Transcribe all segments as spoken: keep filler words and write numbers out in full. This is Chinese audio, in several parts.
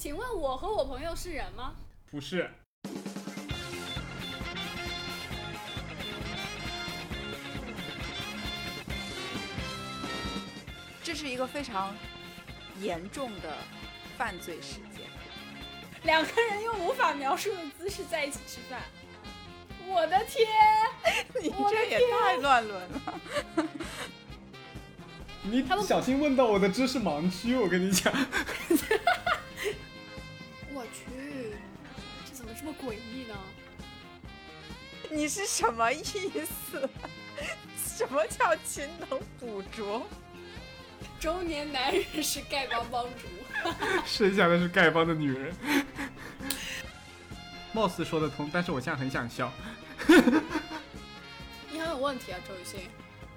请问我和我朋友是人吗？ 不是。 这是一个非常严重的犯罪事件。 两个人用无法描述的姿势在一起吃饭，我的天， 你这也太乱伦了。 你小心问到我的知识盲区，我跟你讲。 我去，这怎么这么诡异呢？ 你是什么意思？什么叫勤能补拙？ 中年男人是丐帮帮主， 生下的是丐帮的女人。貌似说得通，但是我现在很想笑。 你很有问题啊，周雨欣。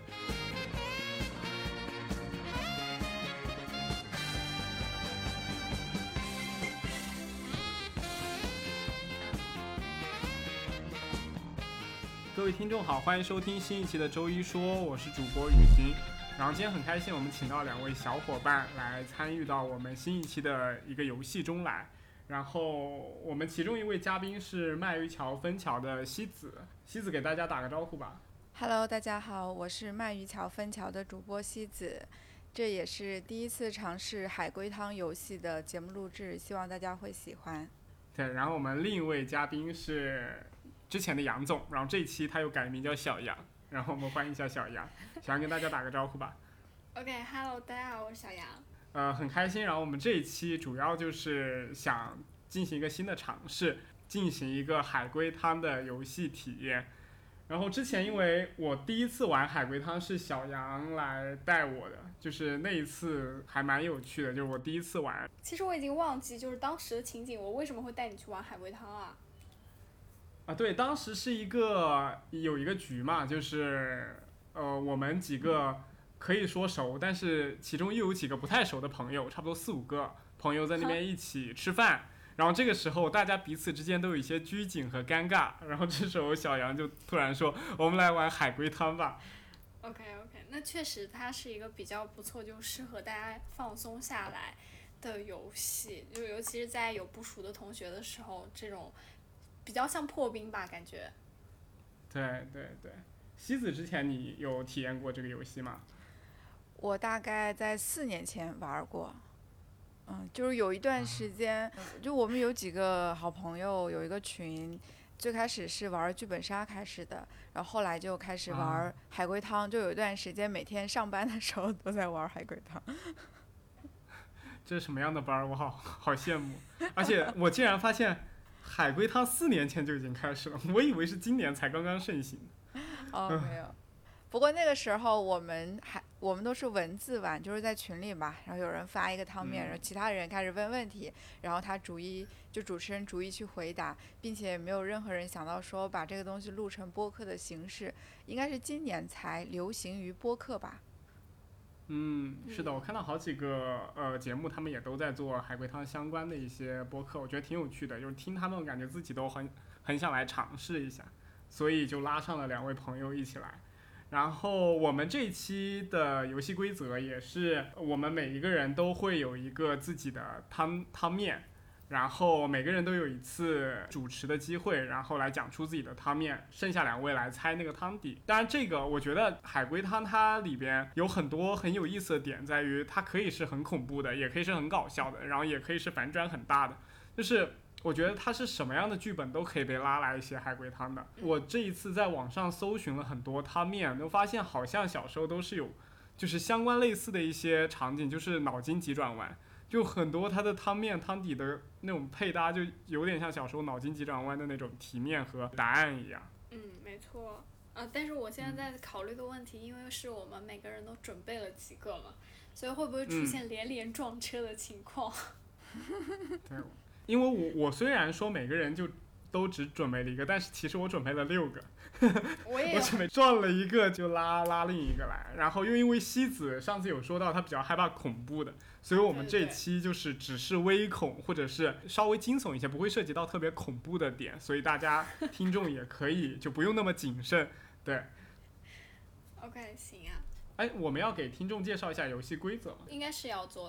各位听众好，欢迎收听新一期的周一说，我是主播雨欣。然后今天很开心，我们请到两位小伙伴来参与到我们新一期的一个游戏中来。然后我们其中一位嘉宾是麦鱼桥分桥的西子，西子给大家打个招呼吧。 Hello， 大家好，我是麦鱼桥分桥的主播西子，这也是第一次尝试海龟汤游戏的节目录制，希望大家会喜欢。 对，然后我们另一位嘉宾是之前的杨总，然后这一期他又改名叫小杨，然后我们欢迎一下小杨，小杨跟大家打个招呼吧。 OK，Hello，、okay, 大家好，我是小杨。 呃，很开心。然后我们这一期主要就是想进行一个新的尝试，进行一个海龟汤的游戏体验。然后之前因为我第一次玩海龟汤是小杨来带我的，就是那一次还蛮有趣的，就是我第一次玩。 其实我已经忘记就是当时的情景，我为什么会带你去玩海龟汤啊？ 啊，对，当时是一个有一个局嘛，就是呃我们几个可以说熟，但是其中又有几个不太熟的朋友，差不多四五个朋友在那边一起吃饭。然后这个时候大家彼此之间都有一些拘谨和尴尬，然后这时候小杨就突然说我们来玩海龟汤吧。 OK OK， 那确实它是一个比较不错，就适合大家放松下来的游戏，就尤其是在有不熟的同学的时候，这种比较像破冰吧感觉。 对对对，西子之前你有体验过这个游戏吗？ 我大概在四年前玩过。嗯，就是有一段时间，就我们有几个好朋友，有一个群，最开始是玩剧本杀开始的，然后后来就开始玩海龟汤，就有一段时间每天上班的时候都在玩海龟汤。 这是什么样的班？我好好羡慕。而且我竟然发现海龟汤四年前就已经开始了，我以为是今年才刚刚盛行。 哦，没有。不过那个时候我们还我们都是文字版，就是在群里吧，然后有人发一个汤面，然后其他人开始问问题，然后他逐一就主持人逐一去回答，并且没有任何人想到说把这个东西录成播客的形式，应该是今年才流行于播客吧。 嗯，是的，我看到好几个呃节目，他们也都在做海龟汤相关的一些播客，我觉得挺有趣的，就是听他们感觉自己都很很想来尝试一下，所以就拉上了两位朋友一起来。然后我们这一期的游戏规则也是，我们每一个人都会有一个自己的汤汤面，然后每个人都有一次主持的机会，然后来讲出自己的汤面，剩下两位来猜那个汤底。当然这个我觉得海龟汤它里边有很多很有意思的点，在于它可以是很恐怖的，也可以是很搞笑的，然后也可以是反转很大的，就是我觉得它是什么样的剧本都可以被拉来写海龟汤的。我这一次在网上搜寻了很多汤面，都发现好像小时候都是有就是相关类似的一些场景，就是脑筋急转弯，就很多它的汤面汤底的那种配搭就有点像小时候脑筋急转弯的那种题面和答案一样。 嗯，没错。呃，但是我现在在考虑个问题，因为是我们每个人都准备了几个嘛，所以会不会出现连连撞车的情况？ 嗯、对，因为我我虽然说每个人就都只准备了一个，但是其实我准备了六个。 我也我准备撞了一个就拉拉另一个来，然后又因为西子上次有说到他比较害怕恐怖的，所以我们这期就是只是微恐或者是稍微惊悚一些，不会涉及到特别恐怖的点，所以大家听众也可以就不用那么谨慎。对 OK， 行啊。 哎，我们要给听众介绍一下游戏规则吗？ 应该是要做的。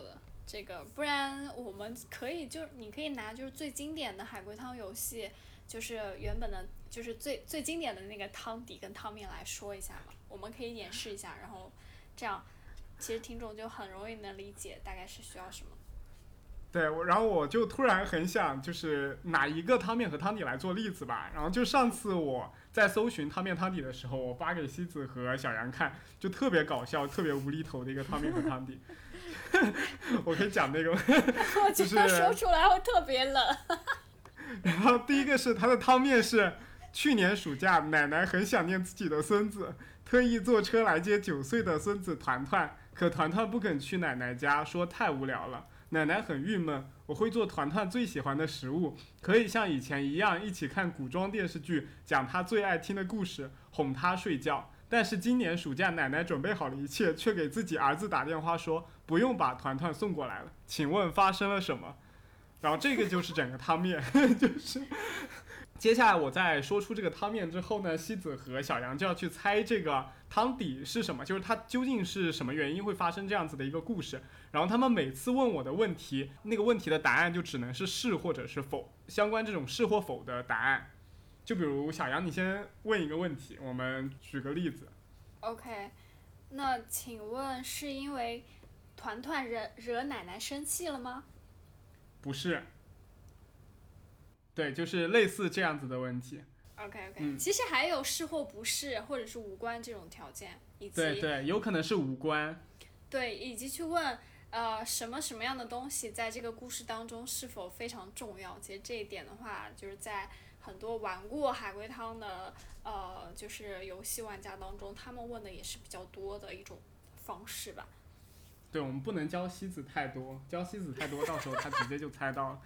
这个，不然我们可以就你可以拿就是最经典的海龟汤游戏，就是原本的就是最最经典的那个汤底跟汤面来说一下嘛，我们可以演示一下，然后这样其实听众就很容易能理解大概是需要什么。 对，然后我就突然很想就是拿一个汤面和汤底来做例子吧。然后就上次我在搜寻汤面汤底的时候，我发给西子和小杨看，就特别搞笑、特别无厘头的一个汤面和汤底。我可以讲那个， 我觉得说出来会特别冷。 然后第一个是他的汤面是去年暑假，奶奶很想念自己的孙子，特意坐车来接九岁的孙子团团，可团团不肯去奶奶家，说太无聊了。奶奶很郁闷，我会做团团最喜欢的食物，可以像以前一样一起看古装电视剧，讲他最爱听的故事，哄他睡觉。但是今年暑假，奶奶准备好了一切，却给自己儿子打电话说不用把团团送过来了。请问发生了什么？然后这个就是整个汤面，就是接下来我在说出这个汤面之后呢，西子和小杨就要去猜这个汤底是什么，就是它究竟是什么原因会发生这样子的一个故事。然后他们每次问我的问题，那个问题的答案就只能是是或者是否，相关这种是或否的答案。就比如小杨，你先问一个问题，我们举个例子。 OK， 那请问是因为团团惹惹奶奶生气了吗？ 不是。对，就是类似这样子的问题。 OK OK，、 嗯、 其实还有是或不是，或者是无关这种条件，以及对对，有可能是无关。 对，以及去问呃什么什么样的东西在这个故事当中是否非常重要。其实这一点的话，就是在很多玩过海龟汤的呃就是游戏玩家当中，他们问的也是比较多的一种方式吧。 对，我们不能教西子太多，教西子太多，到时候他直接就猜到了。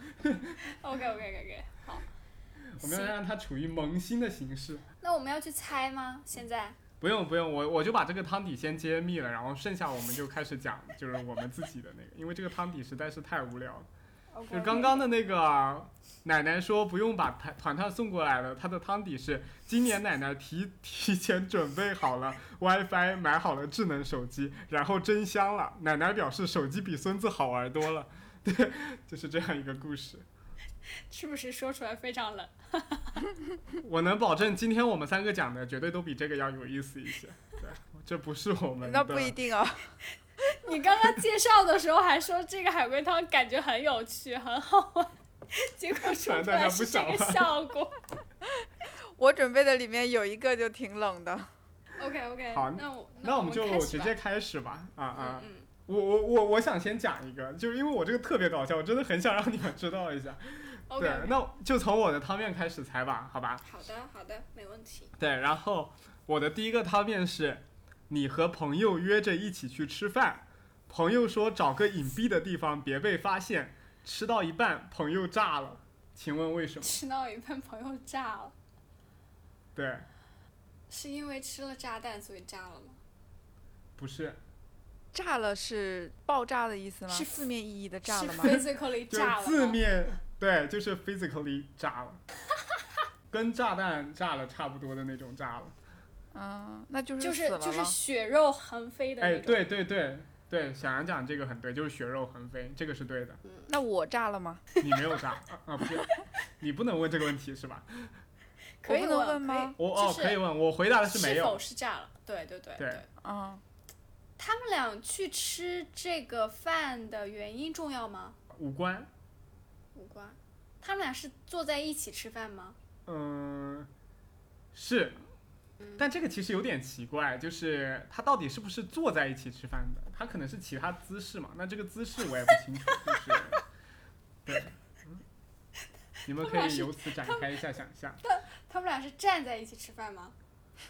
OK OK OK， 好。 我们要让他处于萌新的形式。 那我们要去猜吗？现在？ 不用不用，我我就把这个汤底先揭秘了，然后剩下我们就开始讲，就是我们自己的那个，因为这个汤底实在是太无聊了。 Okay, 就刚刚的那个奶奶说不用把团团送过来了，她的汤底是今年奶奶提提前准备好了 WiFi， 买好了智能手机，然后真香了。奶奶表示手机比孙子好玩多了。对，就是这样一个故事。 是不是说出来非常冷？ 我能保证今天我们三个讲的绝对都比这个要有意思一些。对，这不是我们的。 那不一定哦。 你刚刚介绍的时候还说这个海龟汤感觉很有趣很好玩，结果说出来是这个效果。 我准备的里面有一个就挺冷的。 OK OK， 好， 那我那我们就直接开始吧。啊啊，嗯嗯、我我我我想先讲一个，就是因为我这个特别搞笑，我真的很想让你们知道一下。 Okay, 对，那就从我的汤面开始猜吧，好吧？ 好的好的，没问题。 对，然后我的第一个汤面是。你和朋友约着一起去吃饭，朋友说找个隐蔽的地方别被发现，吃到一半朋友炸了，请问为什么？ 吃到一半朋友炸了。 对。 是因为吃了炸弹所以炸了吗？ 不是。 炸了是爆炸的意思吗？ 是字面意义的炸了吗？ 是 physically 炸了吗？ 就字面对，就是 physically 炸了，跟炸弹炸了差不多的那种炸了。 嗯，那就是就是就是血肉横飞的那种。 哎，对对对对，小杨讲这个很对，就是血肉横飞，这个是对的。 嗯、 那我炸了吗？ 你没有炸啊啊！不是，你不能问这个问题是吧？ 可以问, 问吗？ 我哦，可以问，我回答的是没有。 是否是炸了？对对对对。 嗯。 他们俩去吃这个饭的原因重要吗？ 无关。 无关。他们俩是坐在一起吃饭吗？ 嗯，是。但这个其实有点奇怪，就是他到底是不是坐在一起吃饭的？他可能是其他姿势嘛？那这个姿势我也不清楚，就是对、嗯，你们可以由此展开一下想象。 他, 他们俩是站在一起吃饭吗？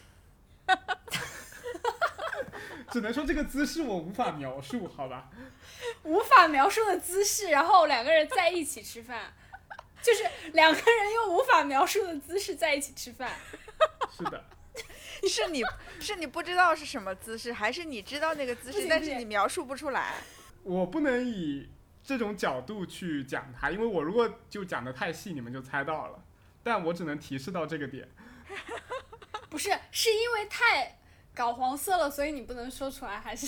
只能说这个姿势我无法描述，好吧？ 无法描述的姿势，然后两个人在一起吃饭，就是两个人用无法描述的姿势在一起吃饭。 是的。 是你是你不知道是什么姿势，还是你知道那个姿势，但是你描述不出来？ 我不能以这种角度去讲它，因为我如果就讲得太细，你们就猜到了。但我只能提示到这个点。 不是，是因为太搞黄色了，所以你不能说出来，还是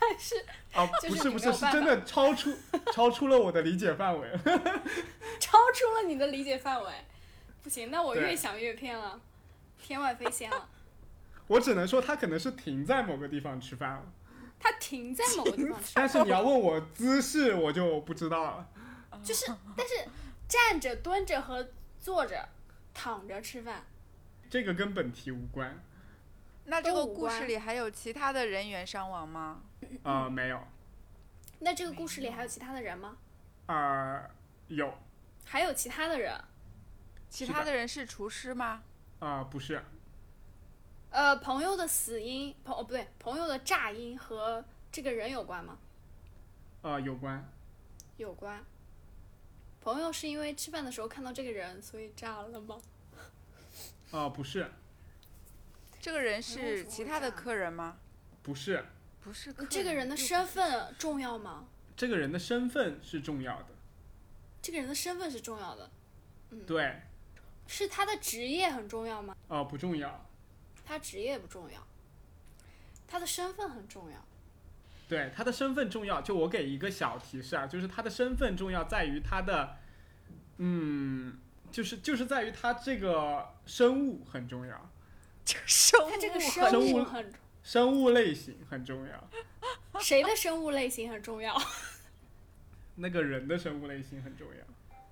但是啊， 就是不是不是， 你没有办法是真的超出超出了我的理解范围。 超出了你的理解范围。不行，那我对越想越偏了，天外飞仙了。 我只能说他可能是停在某个地方吃饭了， 他停在某个地方吃， 但是你要问我姿势，我就不知道了。 就是但是站着、蹲着和坐着、躺着吃饭。 这个跟本题无关。 那这个都无关故事里还有其他的人员伤亡吗？ 呃，没有。 那这个故事里还有其他的人吗？ 呃，有。 还有其他的人？ 其他的人是厨师吗？ 啊、呃，不是。 呃，朋友的死因，朋哦不对，朋友的炸因和这个人有关吗？ 呃，有关。 有关。朋友是因为吃饭的时候看到这个人，所以炸了吗？ 啊、呃，不是。 这个人是其他的客人吗？ 不是。 不是客人。 这个人的身份重要吗？ 这个人的身份是重要的。 这个人的身份是重要的。嗯。 对。 是他的职业很重要吗？ 哦、呃，不重要。 他职业不重要，他的身份很重要。 对，他的身份重要，就我给一个小提示啊，就是他的身份重要在于他的，嗯，就是就是在于他这个生物很重要。 这生物他这个生物生物很生物类型很重要。 谁的生物类型很重要？ 那个人的生物类型很重要。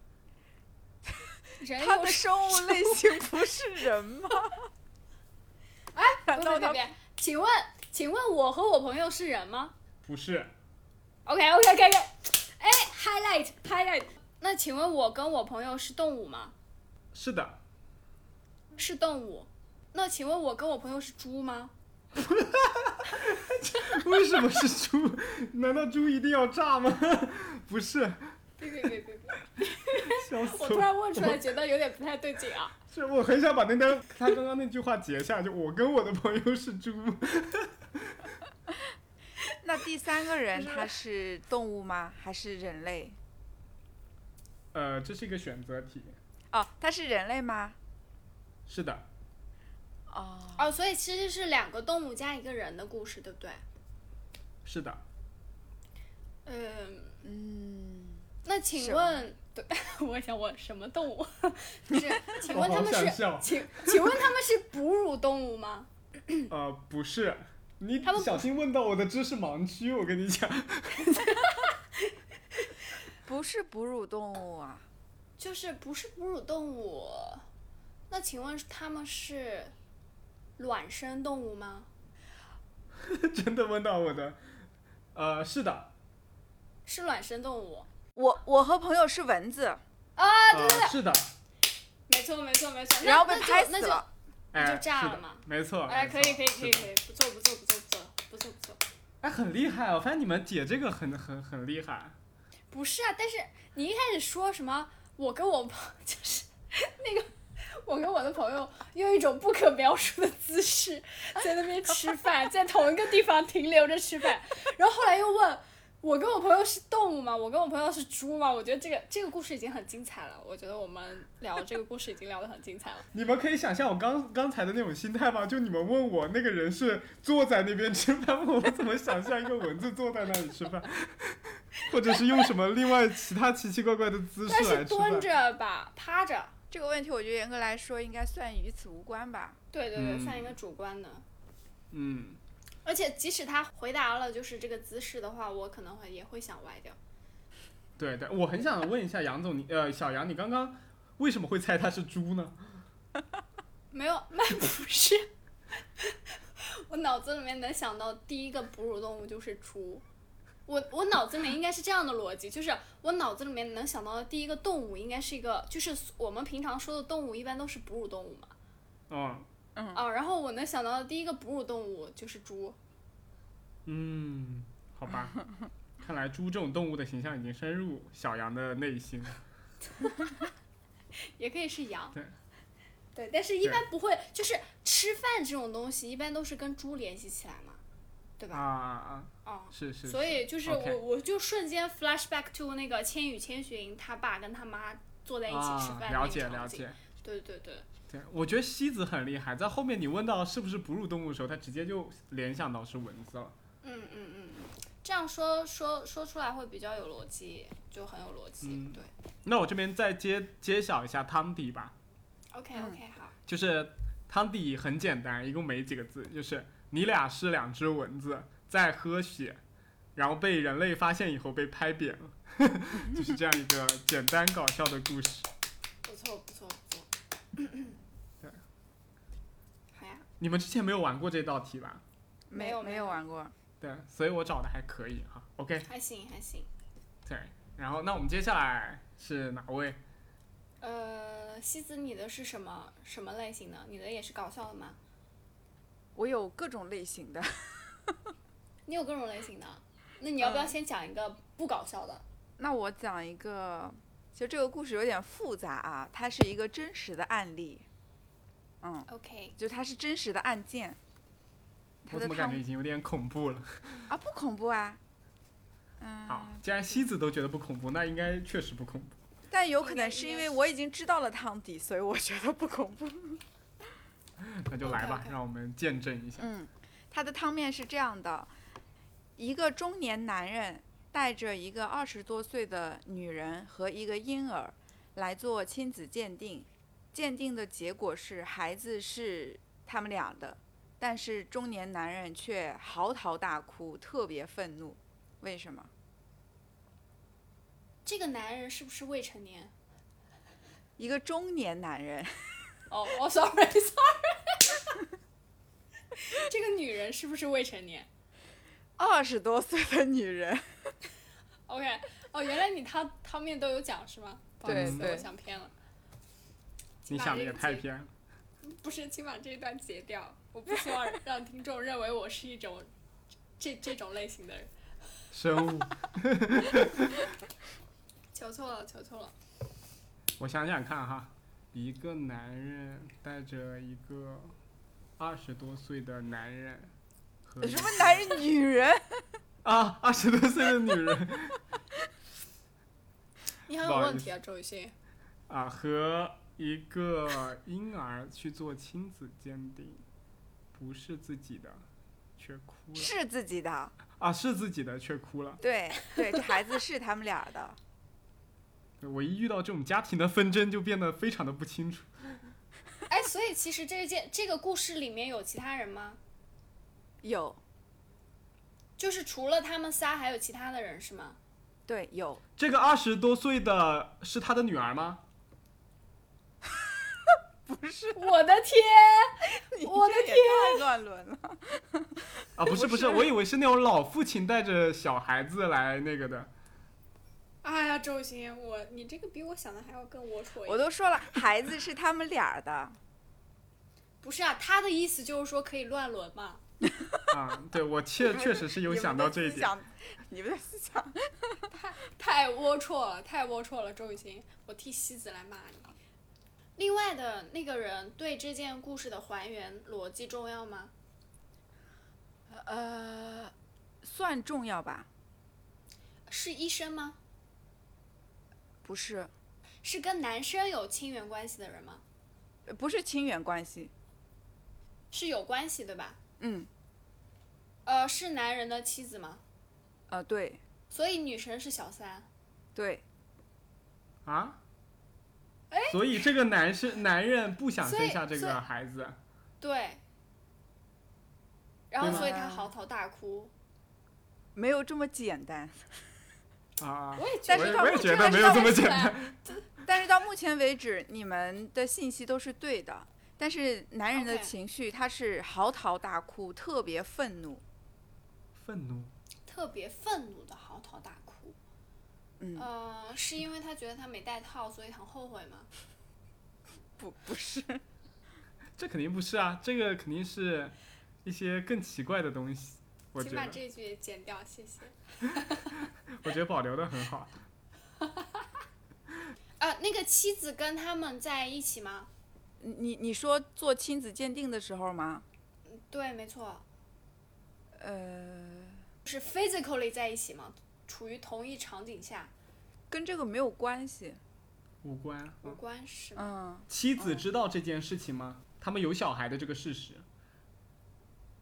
人他的生物类型不是人吗？ 哎，别别别别，请问，请问我和我朋友是人吗？ 不是。 OK OK OK OK， 哎 ，highlight highlight。那请问我跟我朋友是动物吗？ 是的。 是动物。那请问我跟我朋友是猪吗？ 为什么是猪？难道猪一定要炸吗？不是。 别别别别别！ 笑死我！ 我突然问出来，觉得有点不太对劲啊。 是我很想把那单他刚刚那句话截下，就我跟我的朋友是猪。 那第三个人他是动物吗？还是人类？ 呃，这是一个选择题。 哦，他是人类吗？ 是的。 哦。 哦，所以其实是两个动物加一个人的故事，对不对？ 是的。 嗯嗯。 那请问，对，我想问什么动物？就是请问他们是，请请问他们是哺乳动物吗？ 呃，不是，你他们小心问到我的知识盲区，我跟你讲。 不是哺乳动物啊。 就是不是哺乳动物，那请问他们是卵生动物吗？ 真的问到我的，呃，是的。 是卵生动物。 我我和朋友是蚊子。 啊，对对对、 呃，是的。 没错没错没错。 然后被拍死了。 那就炸了嘛。 没错。 哎，可以可以可以可以，不错不错不错不错不错不错。 哎，很厉害哦！我发现你们解这个很很很厉害。 不是啊，但是你一开始说什么？我跟我朋就是那个，我跟我的朋友用一种不可描述的姿势在那边吃饭，在同一个地方停留着吃饭，然后后来又问我跟我朋友是动物吗？我跟我朋友是猪吗？我觉得这个这个故事已经很精彩了，我觉得我们聊这个故事已经聊得很精彩了。 你们可以想象我刚刚才的那种心态吗？就你们问我那个人是坐在那边吃饭，我怎么想象一个蚊子坐在那里吃饭？或者是用什么另外其他奇奇怪怪的姿势来吃饭？ 但是蹲着吧，趴着。 这个问题我觉得严格来说应该算与此无关吧。 对对对， 嗯、 算一个主观的。 嗯。 而且即使他回答了就是这个姿势的话，我可能会也会想歪掉。 对对，我很想问一下杨总，你呃小杨，你刚刚为什么会猜他是猪呢？ 没有，那不是。我脑子里面能想到第一个哺乳动物就是猪。我我脑子里面应该是这样的逻辑，就是我脑子里面能想到的第一个动物应该是一个，就是我们平常说的动物一般都是哺乳动物嘛。 哦。 嗯。 啊，然后我能想到的第一个哺乳动物就是猪。 嗯，好吧。看来猪这种动物的形象已经深入小杨的内心。 也可以是羊。 对。 对，但是一般不会，就是吃饭这种东西一般都是跟猪联系起来嘛，对吧？ 啊啊啊！ 哦，是是。 所以就是我、 okay. 我就瞬间 flashback to 那个《千与千寻》，他爸跟他妈坐在一起吃饭、 啊、了解了解。 对对对。 对，我觉得西子很厉害，在后面你问到是不是哺乳动物的时候，他直接就联想到是蚊子了。 嗯嗯嗯，这样说说说出来会比较有逻辑，就很有逻辑。 嗯对那我这边再揭揭晓一下汤底吧， ，OK 嗯 OK 好。 就是汤底很简单，一共没几个字，就是你俩是两只蚊子在喝血，然后被人类发现以后被拍扁了，就是这样一个简单搞笑的故事。 不错不错不错。 对。 好呀。 你们之前没有玩过这道题吧？ 没没没有没有有玩过。 对，所以我找的还可以哈。OK， 还行还行。 对，然后那我们接下来是哪位？ 呃，西子，你的是什么什么类型的？你的也是搞笑的吗？ 我有各种类型的。 你有各种类型的，那你要不要嗯先讲一个不搞笑的？ 那我讲一个，其实这个故事有点复杂啊，它是一个真实的案例。嗯， OK， 就它是真实的案件。它我怎么感的汤觉已经有点恐怖了？ 啊，不恐怖啊。嗯。 好，既然西子都觉得不恐怖，那应该确实不恐怖。 但有可能是应该应该是因为我已经知道了汤底，所以我觉得不恐怖。 那就来吧 OK，OK 让我们见证一下。 嗯，它的汤面是这样的：一个中年男人带着一个二十多岁的女人和一个婴儿来做亲子鉴定，鉴定的结果是孩子是他们俩的，但是中年男人却嚎啕大哭，特别愤怒。为什么？ 这个男人是不是未成年？ 一个中年男人， 哦哦，sorry sorry，这个女人是不是未成年二十多岁的女人， ？OK，哦，原来你汤汤面都有讲是吗？不好意思， 对对我想偏了。 你想的也太偏了。 不是，请把这一段截掉，我不希望让听众认为我是一种这这种类型的人。 生物。 求求了，求求了。 我想想看哈，一个男人带着一个二十多岁的男人和什么男人女人？ 啊，二十多岁的女人你很有问题啊，周雨欣。 啊，和一个婴儿去做亲子鉴定，不是自己的，却哭了。 是自己的。 啊，是自己的却哭了。 对对，这孩子是他们俩的。 我一遇到这种家庭的纷争，就变得非常的不清楚。 哎，所以其实这件这个故事里面有其他人吗？ 有。 就是除了他们仨，还有其他的人是吗？ 对，有。 这个二十多岁的是他的女儿吗？ 不是， 我的天！我的天，太乱伦了。 啊，不是不是，我以为是那种老父亲带着小孩子来那个的。 哎呀，周雨欣，我你这个比我想的还要更龌龊一点。 我都说了，孩子是他们俩的。 不是啊，他的意思就是说可以乱伦嘛。 啊，对，我确确实是有想到这一点。 你们的思想太太龌龊了，太龌龊了，周雨欣，我替西子来骂你。另外的那个人对这件故事的还原逻辑重要吗？ 呃，算重要吧。 是医生吗？ 不是。 是跟男生有亲缘关系的人吗？ 不是亲缘关系。 是有关系对吧？ 嗯。 呃，是男人的妻子吗？ 呃，对。 所以女生是小三。 对。 啊？ 哎。 所以这个男生男人不想生下这个孩子。 对。然后所以他嚎啕大哭。 没有这么简单。 啊， 我也但是我也觉得没有这么简单。 但是到目前为止，你们的信息都是对的。但是男人的情绪，他是嚎啕大哭，特别愤怒。 愤怒。 特别愤怒的嚎啕大哭。 嗯。 呃，是因为他觉得他没戴套，所以很后悔吗？ 不，不是。 这肯定不是啊，这个肯定是一些更奇怪的东西。我觉得。 请把这句剪掉，谢谢。 我觉得保留的很好。 呃，那个妻子跟他们在一起吗？ 你你说做亲子鉴定的时候吗？ 对，没错。 呃。 是 physically 在一起吗？处于同一场景下？ 跟这个没有关系。 无关。 无关是吗？ 嗯。 妻子知道这件事情吗？他们有小孩的这个事实。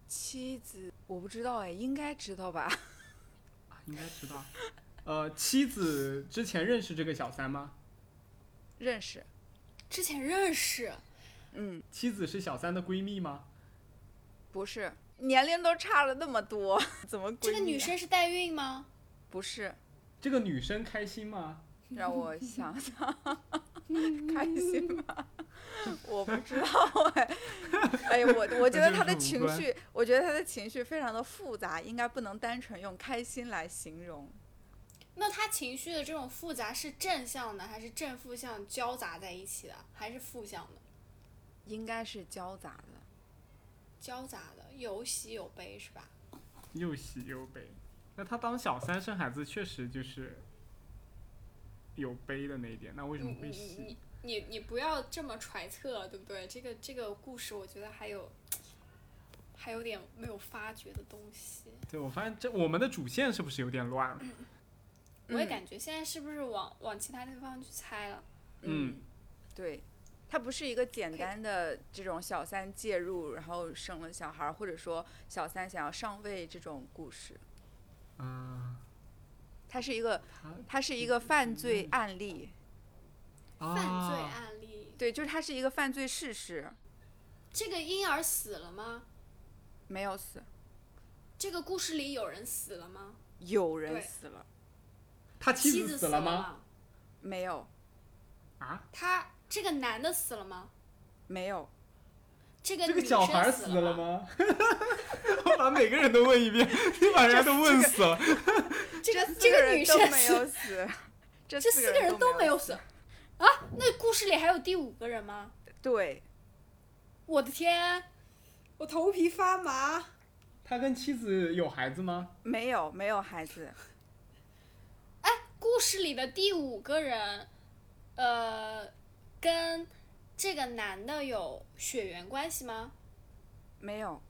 妻子我不知道哎，应该知道吧？ 应该知道。呃，妻子之前认识这个小三吗？ 认识。 之前认识。 嗯。 妻子是小三的闺蜜吗？ 不是，年龄都差了那么多，怎么闺蜜啊？ 这个女生是代孕吗？ 不是。 这个女生开心吗？ 让我想想，开心吗？我不知道哎，哎，我我觉得他的情绪，我觉得他的情绪非常的复杂，应该不能单纯用开心来形容。 那他情绪的这种复杂是正向的，还是正负向交杂在一起的，还是负向的？ 应该是交杂的。 交杂的，有喜有悲是吧？ 又喜又悲。那他当小三生孩子确实就是有悲的那一点，那为什么会喜？ 你你你你不要这么揣测，对不对？这个这个故事我觉得还有还有点没有发掘的东西。 对，我发现这我们的主线是不是有点乱了？ 嗯、我也感觉现在是不是往往其他地方去猜了？ 嗯，对。它不是一个简单的这种小三介入然后生了小孩，或者说小三想要上位这种故事。 嗯， 它是一个，它是一个犯罪案例。 犯罪案例。 对，就是它是一个犯罪事实。 这个婴儿死了吗？ 没有死。 这个故事里有人死了吗？ 有人死了。 他妻子死了吗？ 没有。 啊？ 他这个男的死了吗？ 没有。 这个这个小孩死了吗？我把每个人都问一遍，你把人家都问死了。 这个这个女生都没有死， 这四个人都没有死啊？那故事里还有第五个人吗？ 对。 我的天，我头皮发麻。 他跟妻子有孩子吗？ 没有，没有孩子。 哎，故事里的第五个人，呃，跟这个男的有血缘关系吗？ 没有。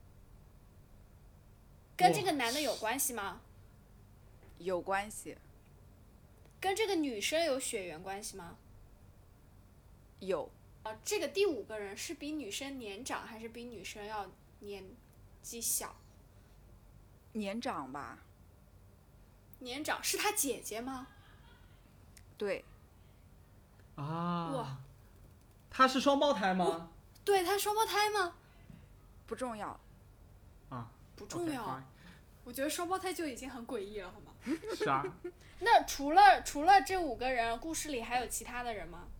跟这个男的有关系吗？ 有关系。 跟这个女生有血缘关系吗？ 有。 呃，这个第五个人是比女生年长还是比女生要年纪小？ 年长吧。 年长，是他姐姐吗？ 对。 啊。 哇。 他是双胞胎吗？ 对，他双胞胎吗？ 不重要。 啊。 不重要。 Okay, 我觉得双胞胎就已经很诡异了，好吗？ 是啊。 那除了除了这五个人，故事里还有其他的人吗？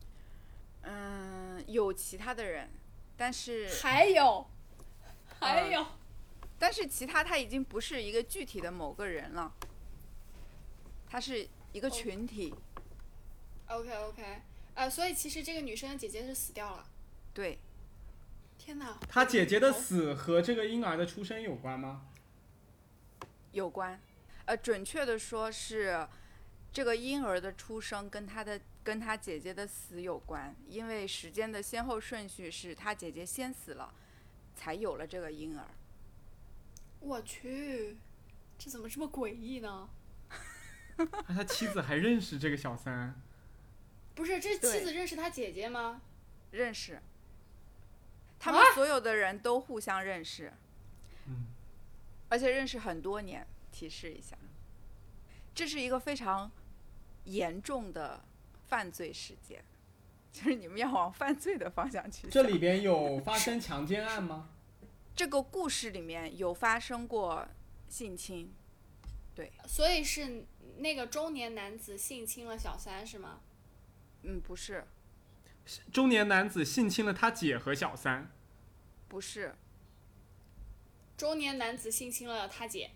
嗯，有其他的人，但是还有，还有、呃， 但是其他他已经不是一个具体的某个人了，他是一个群体。 OK OK， 呃，所以其实这个女生的姐姐是死掉了。 对。 天哪！ 他姐姐的死和这个婴儿的出生有关吗？ 有关，呃，准确的说是，这个婴儿的出生跟他的跟他姐姐的死有关，因为时间的先后顺序是他姐姐先死了，才有了这个婴儿。 我去，这怎么这么诡异呢？ 他妻子还认识这个小三？ 不是，这妻子认识他姐姐吗？ 认识。他们所有的人都互相认识。 嗯。 而且认识很多年，提示一下，这是一个非常严重的犯罪事件，就是你们要往犯罪的方向去想。 这里边有发生强奸案吗？ 这个故事里面有发生过性侵，对。 所以是那个中年男子性侵了小三是吗？ 嗯，不是。 中年男子性侵了他姐和小三？ 不是。 中年男子性侵了他姐？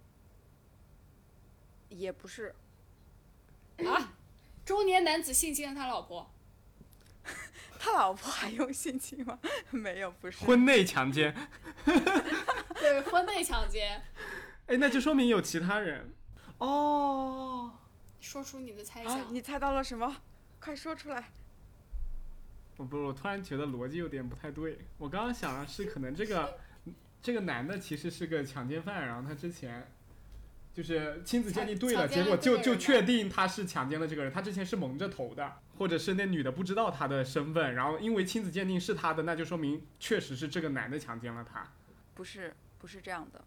也不是。 啊？中年男子性侵了他老婆？ 他老婆还用性侵吗？没有，不是。 婚内强奸。 对，婚内强奸。 哎，那就说明有其他人。哦。 说出你的猜想。 啊，你猜到了什么？快说出来。 我不是，我突然觉得逻辑有点不太对。我刚刚想的是，可能这个这个男的其实是个强奸犯，然后他之前就是亲子鉴定对了，结果就就确定他是强奸了这个人。他之前是蒙着头的，或者是那女的不知道他的身份，然后因为亲子鉴定是他的，那就说明确实是这个男的强奸了他。 不是， 不是这样的。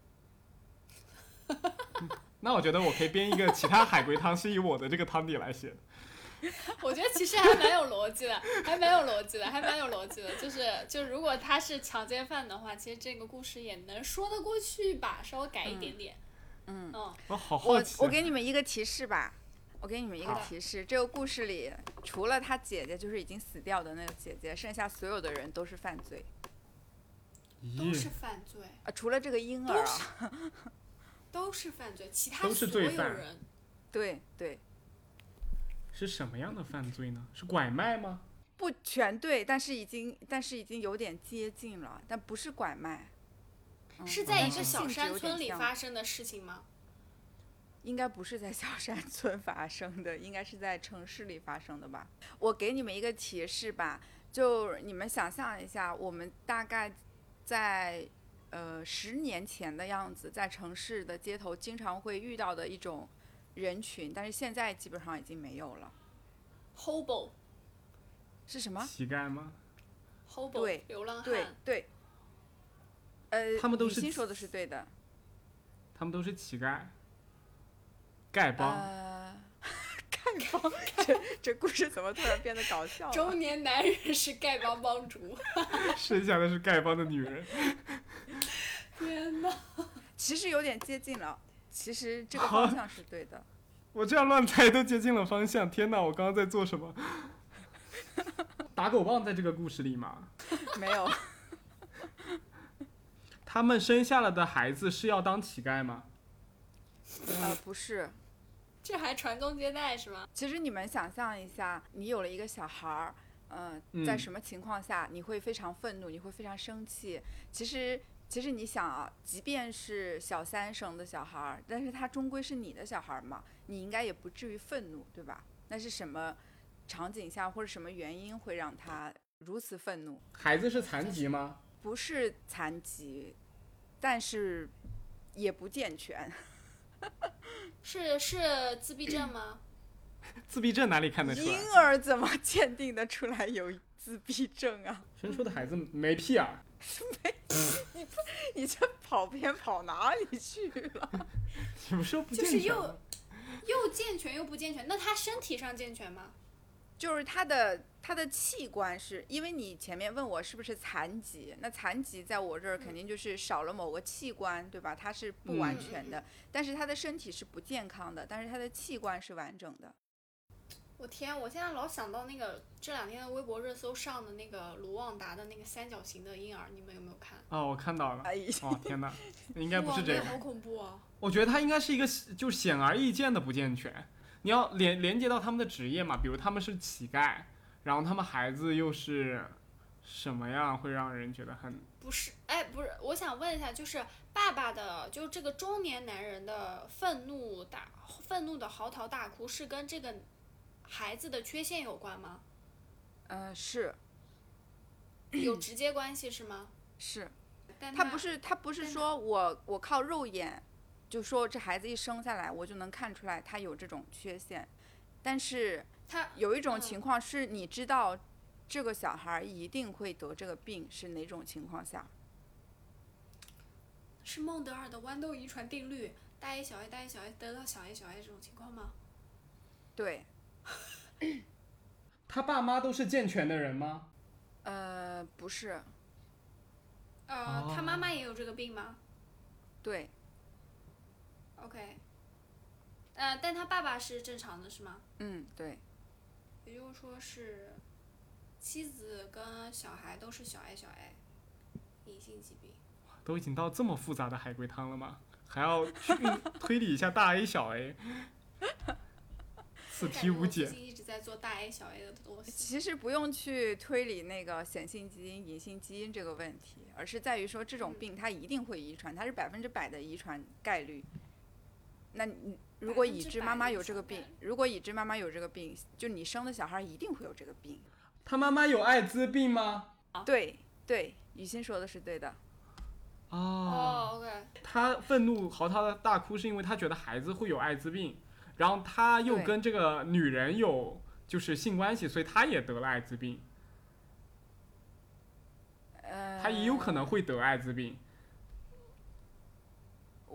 那我觉得我可以编一个其他海龟汤是以我的这个汤底来写的。 我觉得其实还蛮有逻辑的，还蛮有逻辑的，还蛮有逻辑的。就是就如果他是强奸犯的话，其实这个故事也能说得过去吧，稍微改一点点。 嗯， 嗯我好好我奇、啊。 我给你们一个提示吧，我给你们一个好提示，这个故事里除了他姐姐，就是已经死掉的那个姐姐，剩下所有的人都是犯罪。 都是咦， 犯罪， 啊，除了这个婴儿啊， 都是犯罪，其他都是所有罪犯人对对， 是什么样的犯罪呢？是拐卖吗？ 不全对，但是已经但是已经有点接近了，但不是拐卖。嗯是在一个但是性质小山有点村里像发生的事情吗？ 应该不是在小山村发生的，应该是在城市里发生的吧。我给你们一个提示吧，就你们想象一下，我们大概在呃十年前的样子，在城市的街头经常会遇到的一种人群，但是现在基本上已经没有了。 hobo 是什么？ 乞丐吗？ hobo 对流浪对汉， 对，呃， 他们都是雨欣说的是对的。 他们都是乞丐。丐帮。 呃，丐帮，这这故事怎么突然变得搞笑了？ 中年男人是丐帮帮主。 剩下的是丐帮的女人。 天哪！ 其实有点接近了，其实这个方向是对的。 我这样乱猜都接近了方向。天哪，我刚刚在做什么？打狗棒在这个故事里吗？ 没有， 他们生下了的孩子是要当乞丐吗？ 呃，不是。 这还传宗接代是吗？ 其实你们想象一下，你有了一个小孩儿，呃， 嗯在什么情况下你会非常愤怒，你会非常生气？其实，其实你想啊，即便是小三生的小孩儿，但是他终归是你的小孩儿嘛，你应该也不至于愤怒，对吧？那是什么场景下或者什么原因会让他如此愤怒？ 孩子是残疾吗？ 不是残疾，但是也不健全。 是是自闭症吗？ 自闭症哪里看得出来？ 婴儿怎么鉴定得出来有自闭症啊？ 生出的孩子没屁眼儿。 你这跑偏跑哪里去了？ 你不是不就是健全吗？ 又又健全又不健全，那他身体上健全吗？ 就是他的他的器官是，因为你前面问我是不是残疾，那残疾在我这儿肯定就是少了某个器官，对吧？它是不完全的， 嗯嗯但是他的身体是不健康的，但是他的器官是完整的。 我天，我现在老想到那个这两天的微博热搜上的那个卢旺达的那个三角形的婴儿，你们有没有看？ 哦，我看到了。 哎呀， 哦天哪，应该不是这个哇。那好恐怖啊！ 我觉得他应该是一个就是显而易见的不健全。你要连连接到他们的职业嘛，比如他们是乞丐，然后他们孩子又是什么样，会让人觉得很不是，哎，不是，我想问一下，就是爸爸的，就这个中年男人的愤怒大愤怒的嚎啕大哭，是跟这个孩子的缺陷有关吗？ 呃，是有直接关系是吗？ 是， 但他不是他不是但说我我靠肉眼就说这孩子一生下来我就能看出来他有这种缺陷，但是他有一种嗯情况是你知道这个小孩一定会得这个病，是哪种情况下？ 是孟德尔的豌豆遗传定律，大 A 小 A 大 A 小 A 得到小 A 小 A 这种情况吗？ 对， 他爸妈都是健全的人吗？ 呃，不是， 呃， 哦他妈妈也有这个病吗对， ？OK，呃，但他爸爸是正常的是吗？ 嗯，对， 也就是说是妻子跟小孩都是小 A 小 A，隐性疾病。 都已经到这么复杂的海龟汤了吗？还要去推理一下大 A 小 A， 此题无解我最。近一直在做大 A 小 A 的东西。 其实不用去推理那个显性基因、隐性基因这个问题，而是在于说这种病它一定会遗传，它是百分之百的遗传概率。那你如果已知妈妈有这个病，如果已知妈妈有这个病，就你生的小孩一定会有这个病。 他妈妈有艾滋病吗？ 对对，雨欣说的是对的。 哦， 哦，OK， 他愤怒嚎啕大哭是因为他觉得孩子会有艾滋病，然后他又对跟这个女人有就是性关系，所以他也得了艾滋病。 呃， 他也有可能会得艾滋病。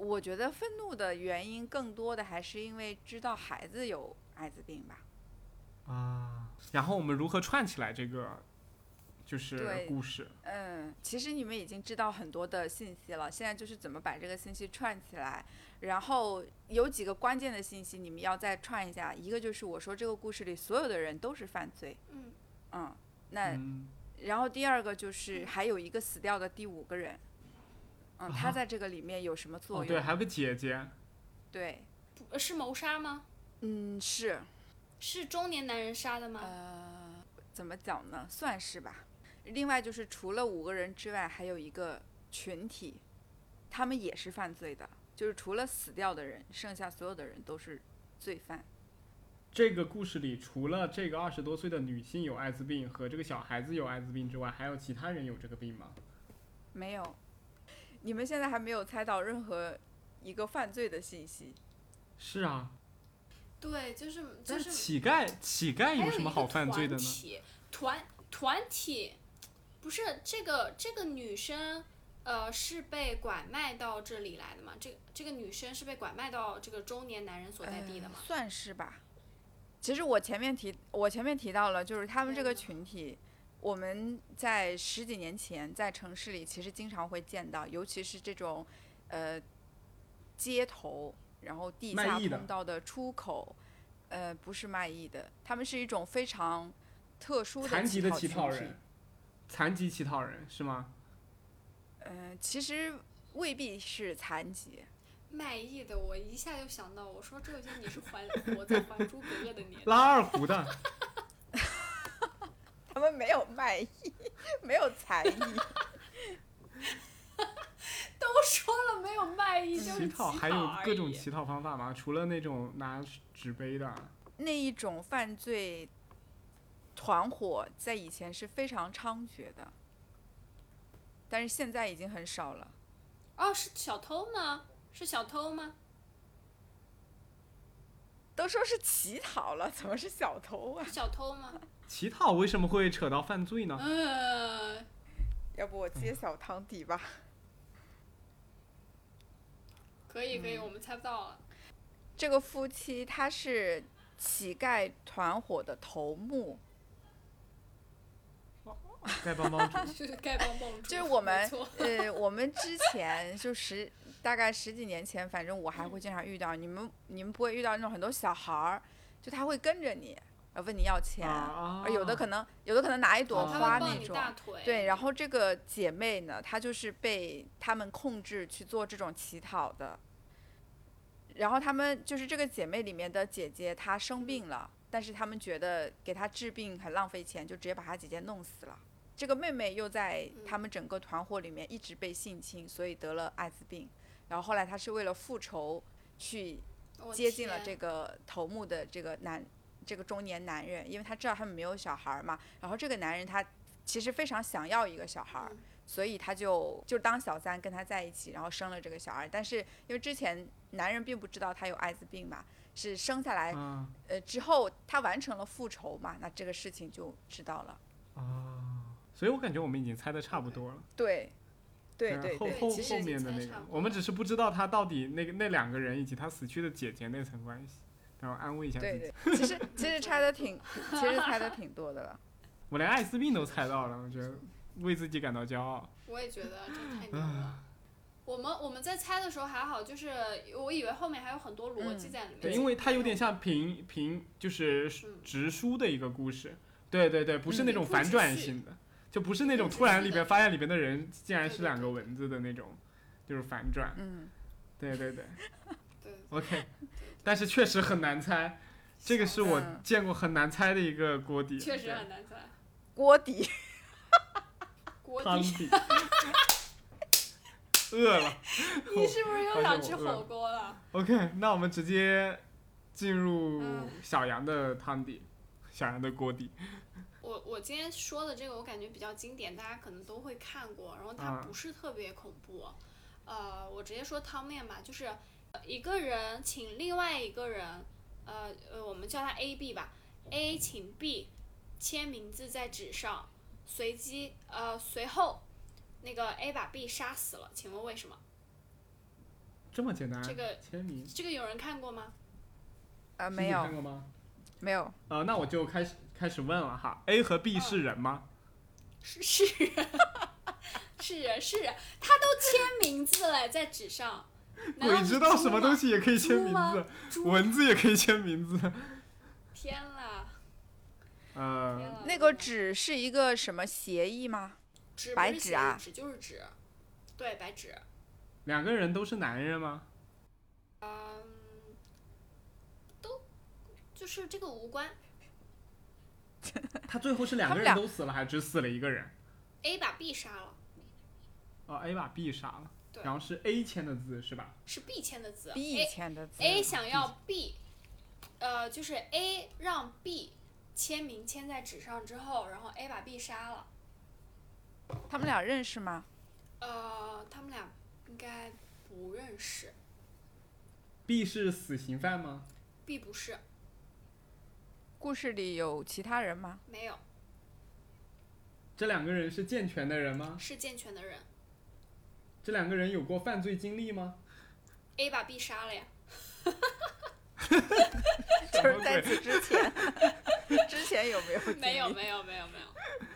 我觉得愤怒的原因更多的还是因为知道孩子有艾滋病吧。 啊，然后我们如何串起来这个就是对故事？ 嗯，其实你们已经知道很多的信息了，现在就是怎么把这个信息串起来。然后有几个关键的信息你们要再串一下，一个就是我说这个故事里所有的人都是犯罪， 嗯嗯，那、 嗯然后第二个就是还有一个死掉的第五个人，嗯， 啊他在这个里面有什么作哦， 用？ 对，还有个姐姐。 对， 不是谋杀吗？ 嗯，是， 是中年男人杀的吗？ 呃，怎么讲呢？算是吧。另外就是除了五个人之外，还有一个群体，他们也是犯罪的，就是除了死掉的人，剩下所有的人都是罪犯。 这个故事里，除了这个二十多岁的女性有艾滋病和这个小孩子有艾滋病之外，还有其他人有这个病吗？ 没有，你们现在还没有猜到任何一个犯罪的信息。 是啊， 对，就是就但是乞丐，乞丐有什么好犯罪的呢？ 团团体，不是这个这个女生，呃，是被拐卖到这里来的吗？这个这个女生是被拐卖到这个中年男人所在地的吗？ 呃、算是吧。其实我前面提，我前面提到了，就是他们这个群体，我们在十几年前在城市里其实经常会见到，尤其是这种，呃，街头，然后地下通道的出口，呃，不是卖艺的，他们是一种非常特殊的残疾的乞讨群体讨人，残疾乞讨人是吗？ 呃，其实未必是残疾。 卖艺的，我一下就想到，我说这就你是还活在《还珠格格》的年代。 拉二胡的。 他们没有卖艺，没有才艺。 都说了没有卖艺就是乞讨还有各种而已乞讨方法吗？除了那种拿纸杯的。 那一种犯罪团伙在以前是非常猖獗的，但是现在已经很少了。 哦，是小偷吗？是小偷吗？ 都说是乞讨了，怎么是小偷啊？ 是小偷吗？ 乞讨为什么会扯到犯罪呢？ 嗯， 要不我揭晓汤底吧。 可以可以， 嗯我们猜不到了。 这个夫妻他是乞丐团伙的头目， 丐帮帮主。 就是丐帮帮主。 就是我们没错呃，我们之前就十大概十几年前，反正我还会经常遇到，你们你们不会遇到那种很多小孩儿，就他会跟着你，呃问你要钱， 啊而有的可能有的可能拿一朵啊花他会抱你那种。 大腿。 对，然后这个姐妹呢，她就是被他们控制去做这种乞讨的。然后他们就是这个姐妹里面的姐姐，她生病了，但是他们觉得给她治病很浪费钱，就直接把她姐姐弄死了。这个妹妹又在他们整个团伙里面一直被性侵，所以得了艾滋病。然后后来她是为了复仇去我接近了天这个头目的这个男这个中年男人，因为他知道他们没有小孩嘛。然后这个男人他其实非常想要一个小孩， 嗯所以他就就当小三跟他在一起，然后生了这个小孩。但是因为之前男人并不知道他有艾滋病嘛，是生下来、 啊呃之后他完成了复仇嘛，那这个事情就知道了。 啊！所以我感觉我们已经猜的差不多了。 对，对对后对， 后后其实面的那个已经猜差不，多我们只是不知道他到底那个那两个人以及他死去的姐姐那层关系，然后安慰一下自己。 对对，其实其实猜的挺，其实猜的挺多的了。 我连艾滋病都猜到了，我觉得为自己感到骄傲。 我也觉得这太牛了。我们我们在猜的时候还好，就是我以为后面还有很多逻辑在里面。 对，因为它有点像平平就是直书的一个故事。对对对，不是那种反转性的，就不是那种突然里边发现里边的人竟然是两个蚊子的那种，就是反转。 嗯， 对对对。 对。 OK， 但是确实很难猜，这个是我见过很难猜的一个锅底。 确实很难猜。 锅底。 锅汤底。饿了。 你是不是又想吃火锅了 ？OK， 那我们直接进入小杨的汤底，小杨的锅底。 我我今天说的这个我感觉比较经典，大家可能都会看过，然后它不是特别恐怖。呃，我直接说汤面吧，就是一个人请另外一个人，呃呃，我们叫他 A B 吧 ，A 请 B 签名字在纸上，随机呃随后那个 A 把 B 杀死了，请问为什么？ 这么简单？ 这个签名。 这个有人看过吗？ 呃，没有。 是你看过吗？ 没有。 呃，那我就开始开始问了哈。A 和 B 是人吗？ 是是人，是人是人，他都签名字了，在纸上。 鬼知道什么东西也可以签名字，文字也可以签名字。 天啦！ 呃， 那个纸是一个什么协议吗？ 纸白纸啊？ 纸就是纸，对，白纸。 两个人都是男人吗？ 嗯，都就是这个无关。 他最后是两个人都死了，还是只死了一个人 ？A 把 B 杀了。 哦 ，A 把 B 杀了， 对， 然后是 A 签的字是吧？ 是 B 签的字。 B 签的字。 A 想要 B， 呃，就是 A 让 B 签名签在纸上之后，然后 A 把 B 杀了。 他们俩认识吗？ 呃，他们俩应该不认识。 B 是死刑犯吗？ B 不是。 故事里有其他人吗？ 没有。 这两个人是健全的人吗？ 是健全的人。 这两个人有过犯罪经历吗？ A 把 B 杀了呀。 就是在此之前，之前有没有？ 没有没有没有没有。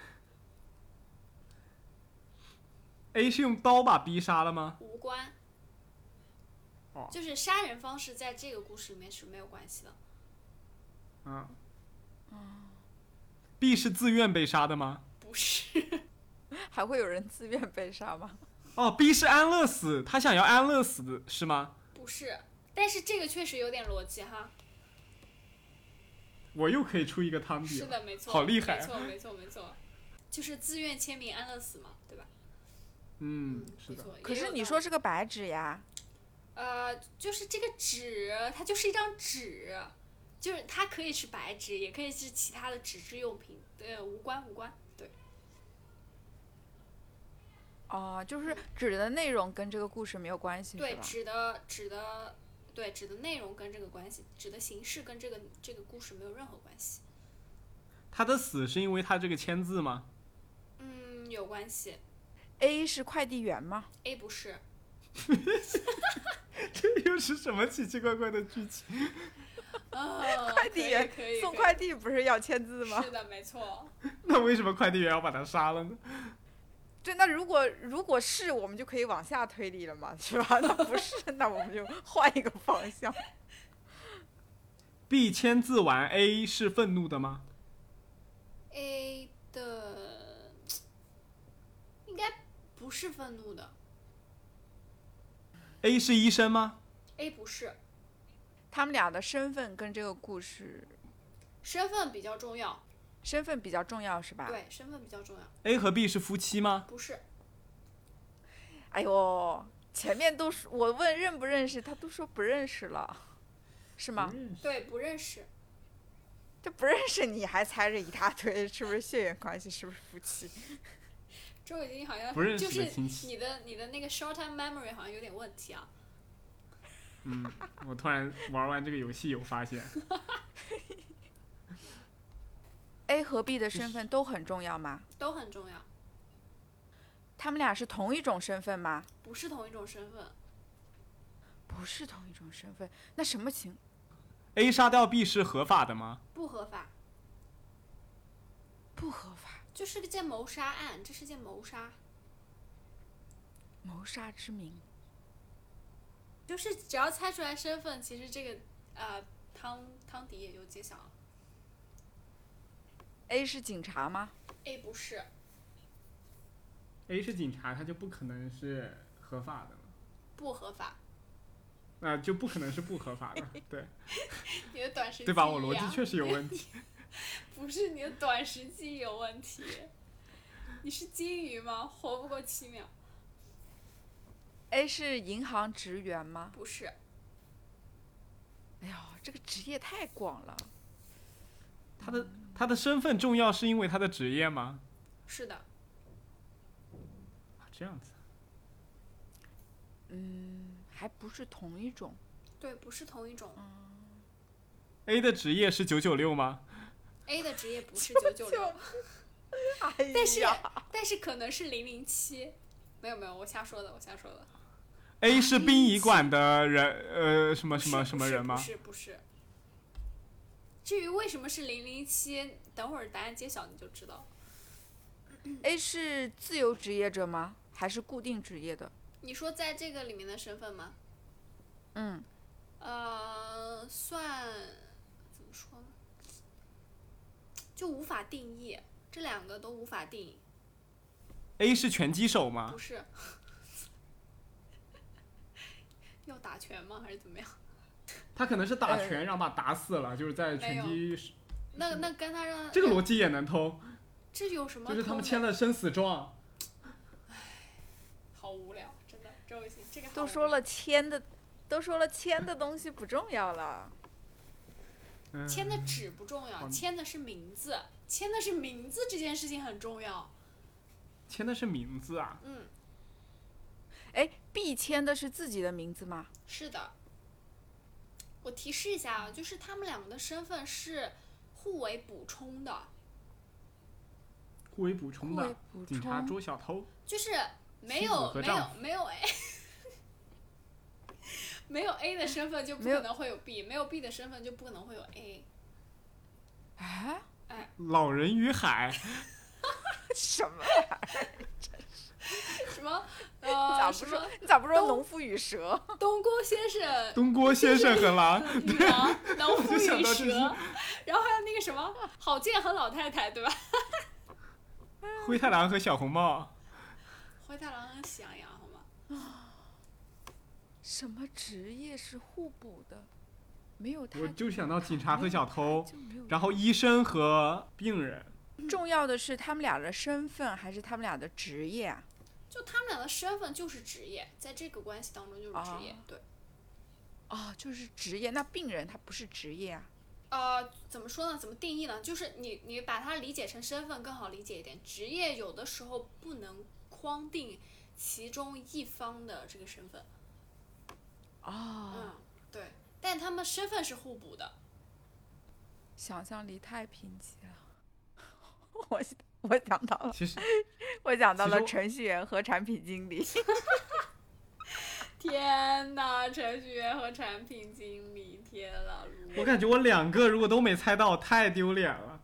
A 是用刀把 B 杀了吗？ 无关。 哦， 就是杀人方式在这个故事里面是没有关系的。 嗯。B 是自愿被杀的吗？ 不是。 还会有人自愿被杀吗？ 哦 ，B 是安乐死，他想要安乐死的是吗？ 不是，但是这个确实有点逻辑哈。 我又可以出一个汤底了。 是的，没错。 好厉害。 没错，没错，没错，就是自愿签名安乐死嘛，对吧？ 嗯，是的。 可是你说是个白纸呀？ 呃，就是这个纸，它就是一张纸。就是它可以是白纸，也可以是其他的纸质用品，对，无关无关，对。 哦，就是纸的内容跟这个故事没有关系， 对，纸的纸的，对，纸的内容跟这个关系，纸的形式跟这个这个故事没有任何关系。 他的死是因为他这个签字吗？ 嗯，有关系。 A 是快递员吗 ？A 不是。 这又是什么奇奇怪怪的剧情？ 哦， 快递员送快递不是要签字吗？ 是的，没错。 那为什么快递员要把他杀了呢？ 对，那如果如果是，我们就可以往下推理了嘛，是吧？那不是，那我们就换一个方向。 B 签字完 ，A 是愤怒的吗 ？A 的应该不是愤怒的。 A 是医生吗 ？A 不是。 他们俩的身份跟这个故事， 身份比较重要。 身份比较重要是吧？ 对，身份比较重要。 A 和 B 是夫妻吗？ 不是。 哎呦，前面都说我问认不认识，他都说不认识了，是吗？ 对，不认识。 这不认识你还猜着一大堆，是不是血缘关系？是不是夫妻？ 周已经好像不认识就是的亲戚。 你的你的那个 short term memory 好像有点问题啊。 嗯，我突然玩完这个游戏有发现。 A 和 B 的身份都很重要吗？ 都很重要。 他们俩是同一种身份吗？ 不是同一种身份。 不是同一种身份，那什么情 ？A 杀掉 B 是合法的吗？ 不合法。 不合法。 就是个件谋杀案，这是件谋杀。 谋杀之名。 就是只要猜出来身份，其实这个呃汤汤底也就揭晓了。 A 是警察吗 ？A 不是。 A 是警察，他就不可能是合法的了。 不合法。 那、呃、就不可能是不合法的，对。 你的短时记忆、啊、 对吧？我逻辑确实有问题。 不是你的短时记忆有问题，你是金鱼吗？活不过七秒。 A 是银行职员吗？ 不是。 哎呦，这个职业太广了。 他的他的身份重要是因为他的职业吗？ 是的。 这样子。 嗯，还不是同一种。 对，不是同一种。 嗯。 A 的职业是九九六吗 ？A 的职业不是九九六。 哎呀。 但是但是可能是零零七。没有没有，我瞎说的，我瞎说的。 A 是殡仪馆的人，呃，什么不是什么什么人吗？ 不是不是不是。至于为什么是零零七，等会儿答案揭晓你就知道。 A 是自由职业者吗？还是固定职业的？ 你说在这个里面的身份吗？ 嗯， 呃，算怎么说呢？就无法定义，这两个都无法定义。 A 是拳击手吗不？是。要打拳吗？还是怎么样？ 他可能是打拳，然后把他打死了，就是在拳击。 那那跟他让这个逻辑也能通。 这有什么？ 就是他们签了生死状。 好无聊，真的，周雨欣这个好无聊。 都说了签的，都说了签的东西不重要了。 嗯、 签的纸不重要，签的是名字，签的是名字这件事情很重要。 签的是名字啊？ 嗯。 哎 ，B 签的是自己的名字吗？ 是的。我提示一下啊，就是他们两个的身份是互为补充的。 互为补充的。警察捉小偷。 就是没有没有没有 A， 没有 A 的身份就不可能会有 B， 没有 B 的身份就不可能会有 A。 哎哎。 老人与海。 什么玩意儿？ 什么？呃，什么？ 你咋不说农夫与蛇？ 东郭先生。 东郭先生和狼。 狼，农夫与蛇。然后还有那个什么，郝建和老太太，对吧？ 灰太狼和小红帽。 灰太狼和喜羊羊，好吗？ 什么职业是互补的？没有他。 我就想到警察和小偷，然后医生和病人。 重要的是他们俩的身份还是他们俩的职业啊？ 就他们俩的身份就是职业，在这个关系当中就是职业，哦、对。 哦，就是职业，那病人他不是职业啊？ 呃，怎么说呢？怎么定义呢？就是你你把它理解成身份更好理解一点。职业有的时候不能框定其中一方的这个身份。 哦。 嗯，对。但他们身份是互补的。 想象力太贫瘠了。我我想到了， 其实我想到了程序员和产品经理。 天哪，程序员和产品经理，天哪！ 我感觉我两个如果都没猜到，太丢脸了。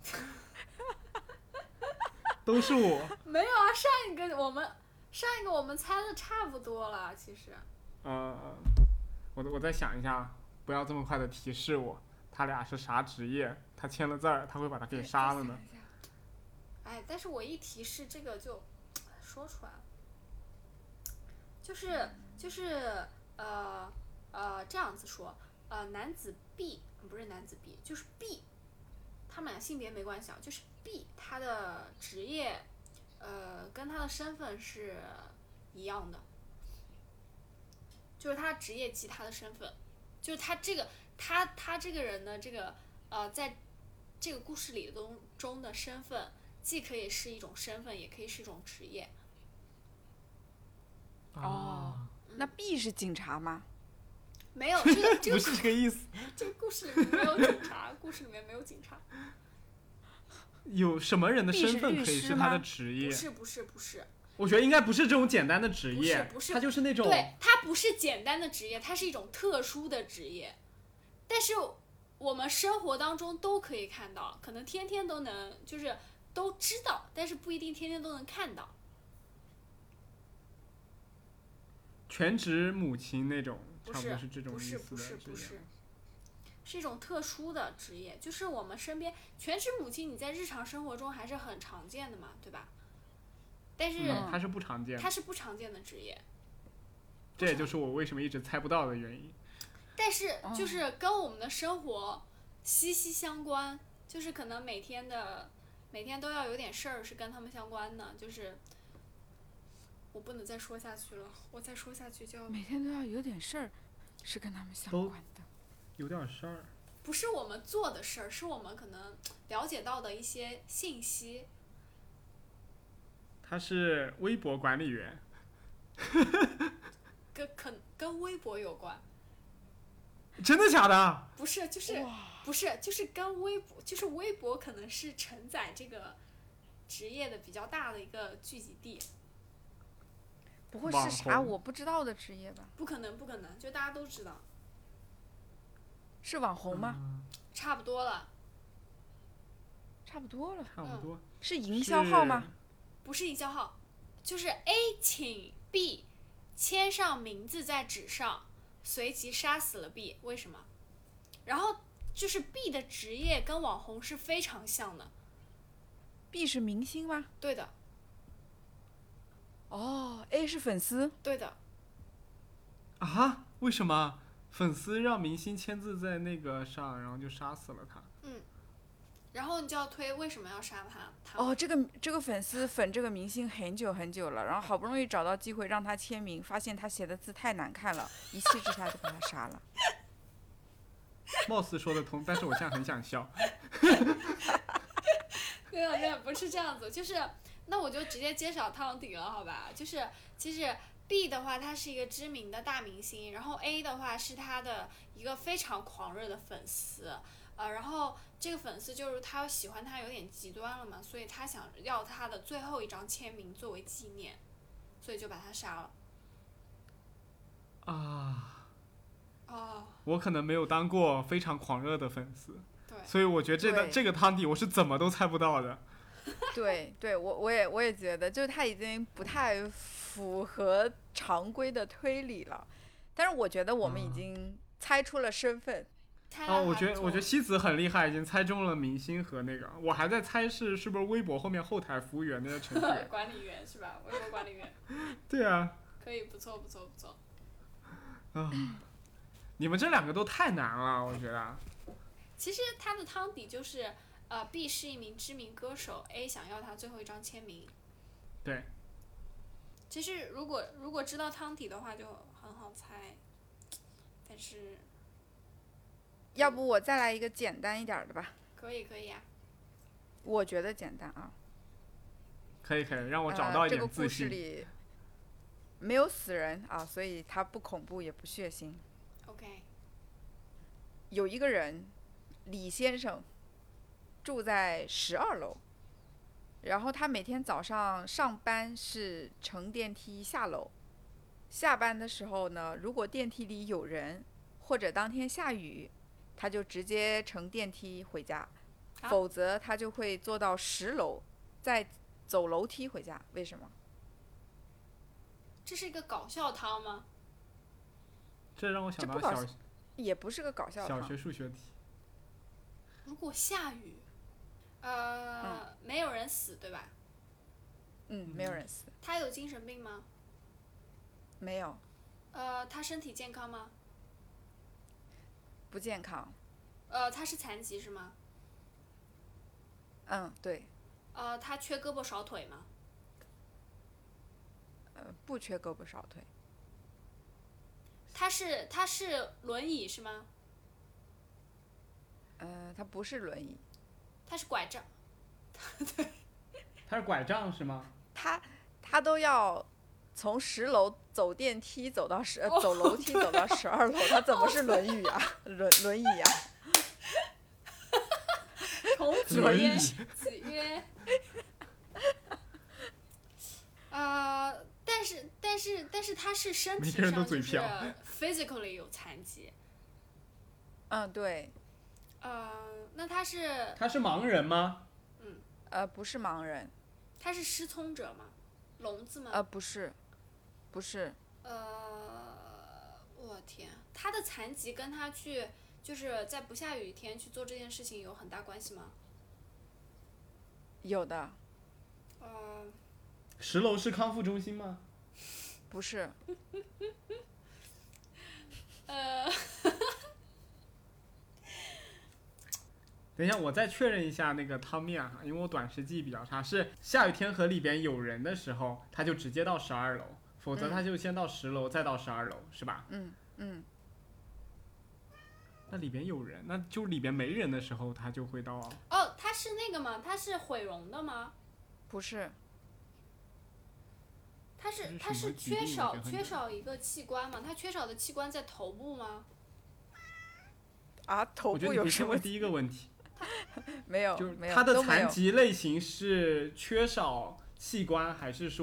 都是我。 没有啊，上一个我们上一个我们猜的差不多了，其实。 呃，我我再想一下，不要这么快的提示我，他俩是啥职业？他签了字儿，他会把他给杀了呢？ 哎，但是我一提示这个就说出来了，就是就是呃呃这样子说，呃男子 B 不是男子 B 就是 B， 他们俩性别没关系啊，就是 B 他的职业呃跟他的身份是一样的，就是他职业及他的身份，就是他这个他他这个人的这个呃在这个故事里中中的身份。既可以是一种身份，也可以是一种职业。 哦，那 B 是警察吗？ 没有，这个这个不是这个意思。 这个故事里面没有警察，故事里面没有警察。 有什么人的身份可以是他的职业？ 不是不是不是。 我觉得应该不是这种简单的职业， 不是不是， 他就是那种。 对，他不是简单的职业，它是一种特殊的职业，但是我们生活当中都可以看到，可能天天都能就是。都知道，但是不一定天天都能看到。 全职母亲那种， 不是， 差不多是这种意思的不是不是不是，是一种特殊的职业，就是我们身边全职母亲，你在日常生活中还是很常见的嘛，对吧？但是、 嗯、它是不常见的， 它是不常见的职业。 这也就是我为什么一直猜不到的原因。 但是就是跟我们的生活息息相关，就是可能每天的。每天都要有点事儿是跟他们相关的，就是我不能再说下去了，我再说下去就要每天都要有点事儿是跟他们相关的， 有点事儿， 不是我们做的事儿，是我们可能了解到的一些信息。 他是微博管理员， 跟可跟微博有关。 真的假的？ 不是，就是不是，就是跟微博，就是微博可能是承载这个职业的比较大的一个聚集地。 不会网是啥红我不知道的职业吧？ 不可能，不可能，就大家都知道， 是网红吗？ 嗯差不多了。 差不多了， 差不多。 是营销号吗？ 不是营销号，就是 A 请 B 签上名字在纸上，随即杀死了 B， 为什么？然后就是 B 的职业跟网红是非常像的。 B 是明星吗？ 对的， 哦，A 是粉丝。 对的。 啊？为什么？粉丝让明星签字在那个上，然后就杀死了他。 嗯，然后你就要推为什么要杀他？他哦，这个这个粉丝粉这个明星很久很久了，然后好不容易找到机会让他签名，发现他写的字太难看了，一气之下就把他杀了。 貌似说得通，但是我现在很想笑。 没有没有，不是这样子，就是那我就直接揭晓汤底了，好吧？就是其实 B 的话，他是一个知名的大明星，然后 A 的话是他的一个非常狂热的粉丝，呃，然后这个粉丝就是他喜欢他有点极端了嘛，所以他想要他的最后一张签名作为纪念，所以就把他杀了。 啊， 哦， 我可能没有当过非常狂热的粉丝， 对， 所以我觉得这个对这个汤底我是怎么都猜不到的。 对对，我我也我也觉得，就是他已经不太符合常规的推理了。但是我觉得我们已经猜出了身份。 猜得哦，我还不错觉得我觉得西子很厉害，已经猜中了明星和那个，我还在猜是是不是微博后面后台服务员那个程序员。 管理员是吧？微博管理员， 对啊， 可以，不错不错不错。 啊，你们这两个都太难了，我觉得。 其实他的汤底就是，呃，B 是一名知名歌手 ，A 想要他最后一张签名。 对。 其实如果如果知道汤底的话就很好猜，但是要不我再来一个简单一点的吧？ 可以可以啊。 我觉得简单啊。 可以可以，让我找到一呃、这个故事点自信。 里没有死人啊，所以它不恐怖也不血腥。 OK。 有一个人，李先生，住在十二楼，然后他每天早上上班是乘电梯下楼，下班的时候呢，如果电梯里有人或者当天下雨，他就直接乘电梯回家， 啊否则他就会坐到十楼，再走楼梯回家。为什么？ 这是一个搞笑汤吗？ 这让我想到这不搞小也不是个搞笑汤。 小学数学题。 如果下雨，呃， 嗯没有人死对吧？ 嗯，没有人死。 他有精神病吗？ 没有。 呃，他身体健康吗？ 不健康。 呃，他是残疾是吗？ 嗯，对。 呃，他缺胳膊少腿吗？ 呃，不缺胳膊少腿。 他是他是轮椅是吗？ 呃，他不是轮椅。 他是拐杖。 他是拐杖是吗？ 他他都要从十楼走电梯走到十、呃哦走楼梯走到十二楼，他怎么是轮椅啊？轮轮椅啊？ 童子曰轮椅子曰，呃，但是但是但是他是身体每个人都上就是嘴瓢 physically 有残疾， 嗯，对。 呃，那他是他是盲人吗？ 呃，不是盲人。 他是失聪者吗？聋子吗？ 呃，不是，不是。 呃，我天，他的残疾跟他去就是在不下雨天去做这件事情有很大关系吗？ 有的。 呃， 十楼是康复中心吗？ 不是。 呃， 等一下，我再确认一下那个汤面哈，因为我短时记忆比较差。是下雨天河里边有人的时候，他就直接到十二楼，否则他就先到十楼，再到十二楼，是吧？ 嗯嗯。 那里边有人，那就里边没人的时候，他就会到。 哦，他是那个吗？他是毁容的吗？ 不是。 他是这是他是什么举例缺少缺我觉得很难少一个器官吗？他缺少的器官在头部吗？ 啊，头我觉得你部有什么可以先问？第一个问题， 没有， 就是没有， 他的都没有残疾类型是缺少器官，还是说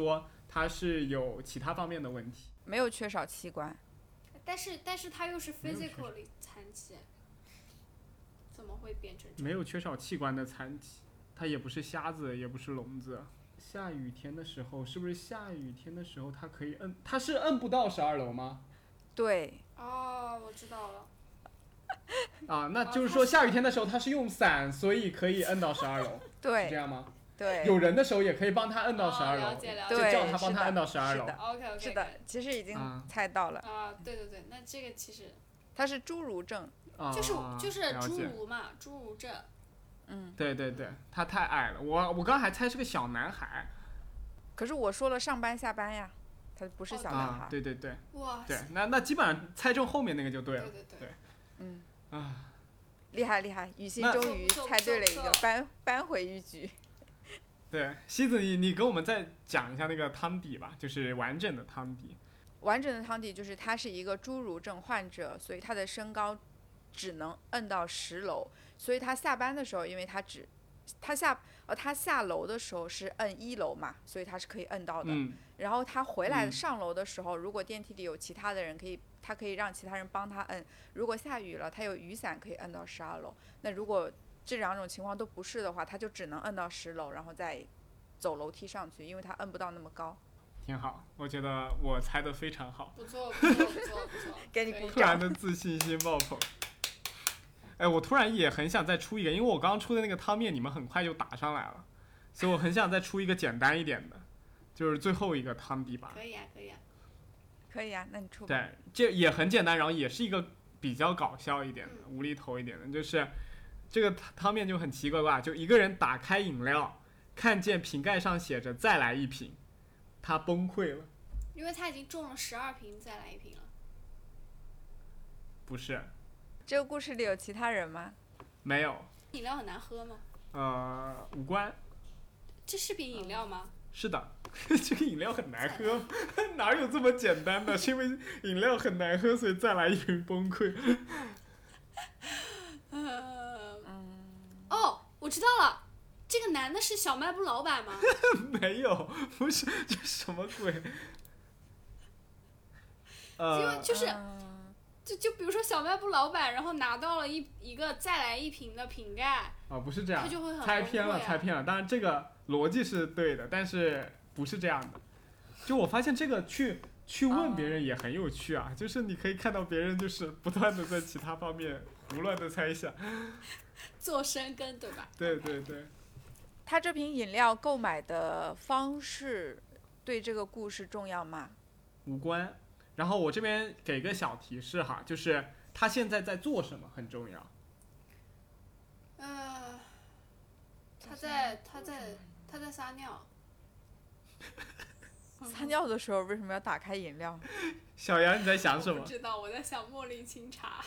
他是有其他方面的问题， 没有缺少器官。 但是但是他又是没有缺少 physically 残疾，怎么会变成这样？ 没有缺少器官的残疾，他也不是瞎子，也不是聋子。下雨天的时候，是不是下雨天的时候他可以摁？他是摁不到十二楼吗？ 对， 哦，我知道了。 啊，那就是说下雨天的时候他是用伞，所以可以摁到十二楼，是这对， 样吗？ 对， 有人的时候也可以帮他摁到十二哦了楼， 解了解对就叫他帮他摁到十二楼。 是的 OK OK。 是的，其实已经啊猜到了， 啊，对对对，那这个其实他是侏儒症。 啊， 就是就是侏了解儒嘛，侏儒症。 嗯， 对对对，他太矮了，我我刚还猜是个小男孩。 可是我说了上班下班呀，他不是小男孩。 啊，对对对哇对，那那基本上猜中后面那个就对了。 对对对对嗯， 啊， 厉害厉害，雨欣那终于不错猜对了一个不错， 扳扳回一局。 对，西子你你给我们再讲一下那个汤底吧，就是完整的汤底。 完整的汤底就是他是一个侏儒症患者，所以他的身高只能摁到十楼，所以他下班的时候，因为他只他下呃他下楼的时候是摁一楼嘛，所以他是可以摁到的。 嗯， 然后他回来嗯上楼的时候，如果电梯里有其他的人，可以他可以让其他人帮他摁。如果下雨了，他有雨伞可以摁到十二楼。那如果这两种情况都不是的话，他就只能摁到十楼，然后再走楼梯上去，因为他摁不到那么高。 挺好，我觉得我猜的非常好， 不错不错不错不错， 给你可以鼓突然的自信心爆棚。哎，我突然也很想再出一个，因为我刚刚出的那个汤面你们很快就打上来了，所以我很想再出一个简单一点的，就是最后一个汤底吧。 可以啊可以啊。 可以啊，那你出吧。 对，这也很简单，然后也是一个比较搞笑一点的、无厘头一点的，就是这个汤面就很奇怪吧，就一个人打开饮料，看见瓶盖上写着再来一瓶，他崩溃了。 因为他已经中了十二瓶，再来一瓶了。 不是， 这个故事里有其他人吗？ 没有， 饮料很难喝吗？ 呃，无关。 这是瓶饮料吗？ 是的，这个饮料很难喝，哪有这么简单的？是因为饮料很难喝，所以再来一瓶崩溃。 呃， 嗯， 哦，我知道了，这个男的是小卖部老板吗？ 没有，不是，这什么鬼？ 因呃为，就是嗯就就比如说小卖部老板，然后拿到了一一个再来一瓶的瓶盖， 哦，不是这样， 他就会很猜偏了， 崩溃啊猜偏了。当然这个逻辑是对的，但是不是这样的。就我发现这个去去问别人也很有趣啊，就是你可以看到别人就是不断的在其他方面胡乱的猜想。 做深耕，对吧？ 对对对， 他这瓶饮料购买的方式对这个故事重要吗？ 无关。然后我这边给个小提示哈，就是他现在在做什么很重要。 呃，他在他在他在撒尿。 撒尿的时候为什么要打开饮料？ 小杨你在想什么我不？知道，我在想茉莉清茶。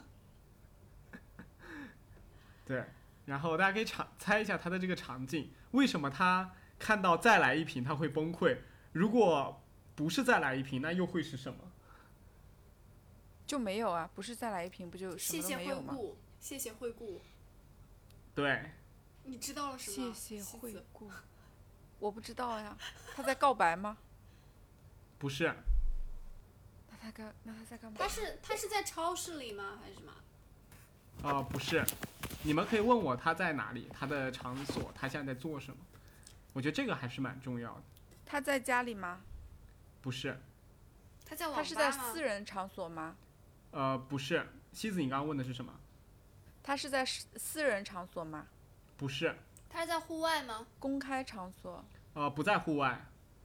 对，然后大家可以场猜一下他的这个场景，为什么他看到再来一瓶他会崩溃？如果不是再来一瓶，那又会是什么？ 就没有啊，不是再来一瓶不就什么都谢谢惠没有吗？ 顾，谢谢惠顾， 对， 你知道了什谢么？ 谢西子惠顾，我不知道呀，他在告白吗？ 不是， 那他干那他在干嘛？ 他是他是在超市里吗？还是什么？ 啊、不是，你们可以问我他在哪里，他的场所，他现在在做什么？我觉得这个还是蛮重要的。 他在家里吗？ 不是， 他在网吧吗？ 他是在私人场所吗？ 呃，不是，西子，你刚刚问的是什么？ 他是在私私人场所吗？ 不是， 他是在户外吗？ 公开场所？ 呃，不在户外，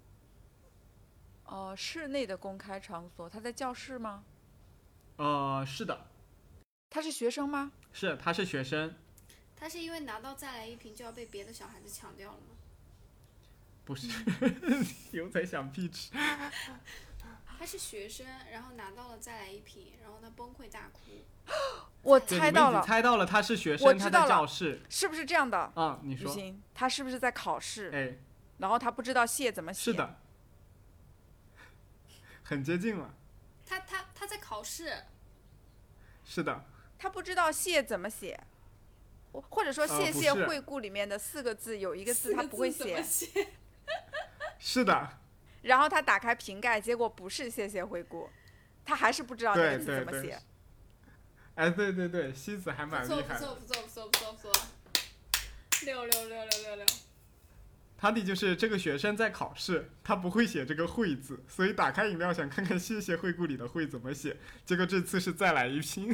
哦、室内的公开场所。他在教室吗？ 呃，是的， 他是学生吗？ 是，他是学生， 他是因为拿到再来一瓶就要被别的小孩子抢掉了吗？ 不是，有在想屁吃。 他是学生，然后拿到了再来一瓶，然后他崩溃大哭。 我对你们已经猜到了， 猜到了，他是学我生，他在知道了教室。 是不是这样的？ 啊、你说， 雨欣，他是不是在考试？ 哎， 然后他不知道谢怎么写？ 是。的，很接近了， 他他他在考试， 是的， 他不知道谢怎么写，或或者说呃谢谢不是惠顾里面的四个字有一个字他四个不会写字怎么，写？ 是的， 然后他打开瓶盖，结果不是谢谢惠顾，他还是不知道那个字对对对怎么写。 哎，对对对，西子还蛮不错厉害的。 不错不错不错不错不错，六六六六六六。 汤迪就是这个学生在考试，他不会写这个惠字，所以打开饮料想看看谢谢惠顾里的惠怎么写，结果这次是再来一瓶。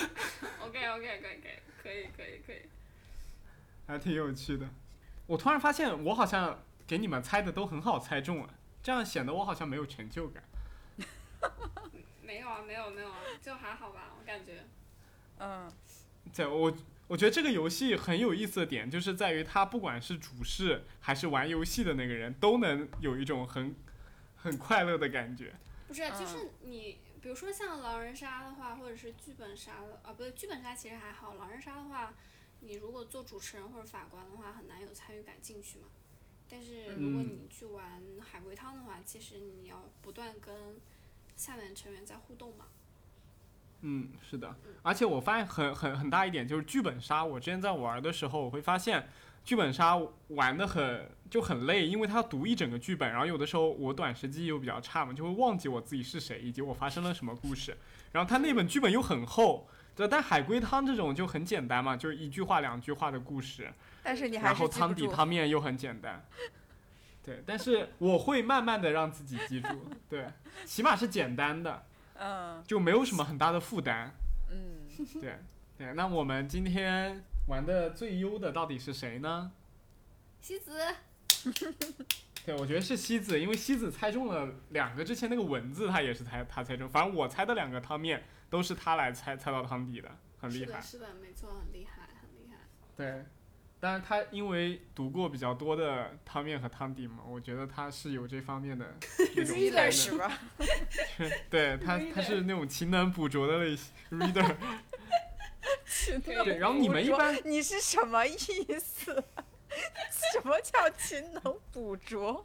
OK OK OK OK， 可以可以可以， 还挺有趣的。我突然发现我好像给你们猜的都很好猜中啊，这样显得我好像没有成就感。 没有啊没有没有啊，就还好吧，我感觉。 嗯， 对，我我觉得这个游戏很有意思的点，就是在于它不管是主事还是玩游戏的那个人，都能有一种很很快乐的感觉。 不是，就是你，比如说像狼人杀的话，或者是剧本杀的，啊，不对，剧本杀其实还好，狼人杀的话，你如果做主持人或者法官的话，很难有参与感进去嘛。但是如果你去玩海龟汤的话，其实你要不断跟下面成员在互动嘛。 嗯，是的，而且我发现很很很大一点就是剧本杀，我之前在玩的时候，我会发现剧本杀玩的很就很累，因为他读一整个剧本，然后有的时候我短时记忆又比较差嘛，就会忘记我自己是谁以及我发生了什么故事，然后他那本剧本又很厚，对，但海龟汤这种就很简单嘛，就是一句话两句话的故事， 但是你还然后是记不住。 汤底汤面又很简单。对，但是我会慢慢的让自己记住，对，起码是简单的， 嗯就没有什么很大的负担。 嗯， 对对，那我们今天玩的最优的到底是谁呢？ 西子。 对，我觉得是西子，因为西子猜中了两个，之前那个文字他也是猜他猜中，反正我猜的两个汤面都是他来猜猜到汤底的，很厉害。 是的，是的，没错，很厉害，很厉害。 对，但是他因为读过比较多的汤面和汤底嘛，我觉得他是有这方面的那种才 reader 是能。 吧？ 对他，他是那种勤能补拙的类型 reader。对，然后你们一般你是什么意思？什么叫勤能补拙？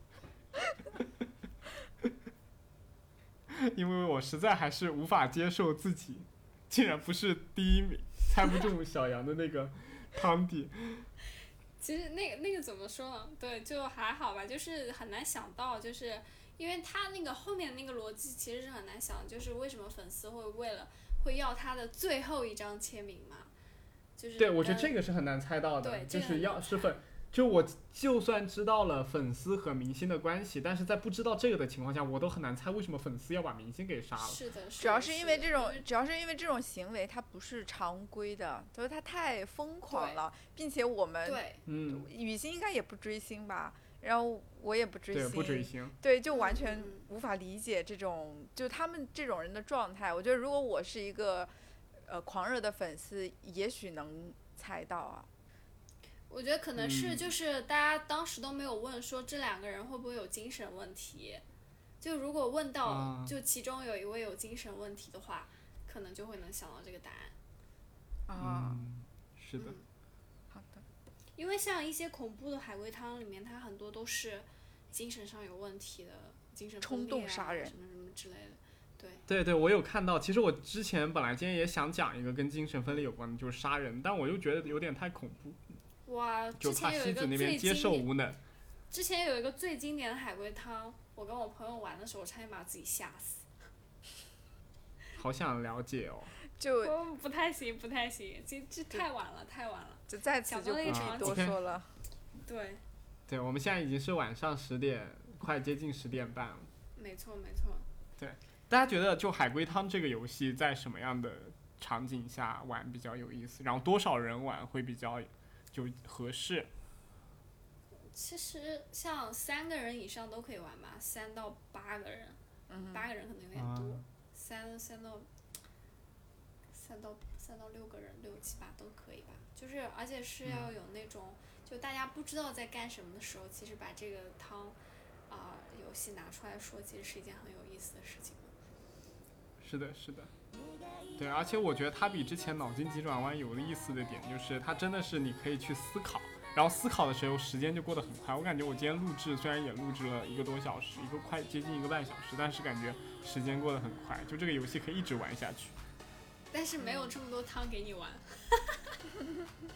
因为我实在还是无法接受自己竟然不是第一名，猜不中小杨的那个汤底。 其实那个那个怎么说呢？对，就还好吧，就是很难想到，就是因为他那个后面那个逻辑其实是很难想，就是为什么粉丝会为了会要他的最后一张签名嘛？就是对，我觉得这个是很难猜到的， 对， 就是要是粉，就我就算知道了粉丝和明星的关系，但是在不知道这个的情况下，我都很难猜为什么粉丝要把明星给杀了。 是的， 主要是因为这种是的， 主要是因为这种行为它不是常规的，就是它太疯狂了，并且我们对， 嗯， 雨欣应该也不追星吧，然后我也不追对， 星， 不追星。 对，就完全嗯嗯无法理解这种就他们这种人的状态。我觉得如果我是一个呃狂热的粉丝，也许能猜到啊。 我觉得可能是嗯就是大家当时都没有问说这两个人会不会有精神问题，就如果问到啊就其中有一位有精神问题的话，可能就会能想到这个答案。 啊， 嗯，是的。 嗯好的， 因为像一些恐怖的海龟汤里面，它很多都是精神上有问题的，精神分冲裂啊动杀人什么什么之类的。对， 对对，我有看到。其实我之前本来今天也想讲一个跟精神分裂有关的，就是杀人，但我又觉得有点太恐怖， 哇， 就怕之前有一个西子那边最接受经典， 无能。 之前有一个最经典的海龟汤，我跟我朋友玩的时候，差点把自己吓死。 好想了解哦。 就我不太行，不太行，这这太晚了，太晚了。 就在此就不必啊多 ，OK 说了。 对， 对，我们现在已经是晚上十点，快接近十点半了。 没错没错。 大家觉得就海龟汤这个游戏在什么样的场景下玩比较有意思？然后多少人玩会比较就合适？ 其实像三个人以上都可以玩吧，三到八个人， 嗯， 八个人可能有点多， 啊三三到三到三到六个人，六七八都可以吧。就是而且是要有那种，就大家不知道在干什么的时候，其实把这个汤啊、呃、游戏拿出来说，其实是一件很有意思的事情。 是的，是的。对，而且我觉得它比之前脑筋急转弯有的意思的点就是，它真的是你可以去思考，然后思考的时候时间就过得很快。我感觉我今天录制虽然也录制了一个多小时，一个快接近一个半小时，但是感觉时间过得很快，就这个游戏可以一直玩下去。 但是没有这么多汤给你玩。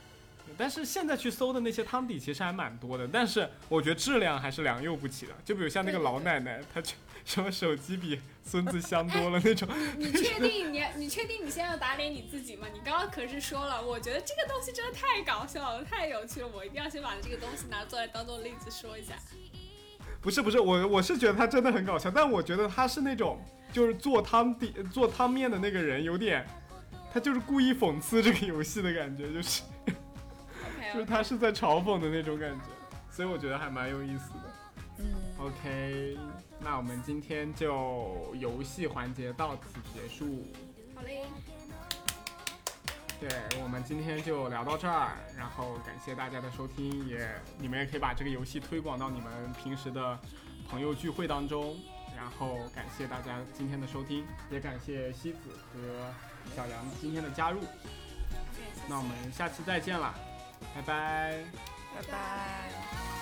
但是现在去搜的那些汤底其实还蛮多的，但是我觉得质量还是良莠不齐的。就比如像那个老奶奶，她什么手机比孙子香多了那种。 你确定你你确定你现在要打脸你自己吗？你刚刚可是说了，我觉得这个东西真的太搞笑了，太有趣了，我一定要先把这个东西拿出来当做例子说一下。 不是不是，我我是觉得他真的很搞笑，但我觉得他是那种就是做汤底做汤面的那个人有点，他就是故意讽刺这个游戏的感觉，就是。 Okay, okay. 就是他是在嘲讽的那种感觉，所以我觉得还蛮有意思的。 嗯 OK， 那我们今天就游戏环节到此结束。 好嘞。 对，我们今天就聊到这儿，然后感谢大家的收听，也你们也可以把这个游戏推广到你们平时的朋友聚会当中，然后感谢大家今天的收听，也感谢西子和小杨今天的加入。 Okay, 那我们下期再见了。拜拜， 拜拜。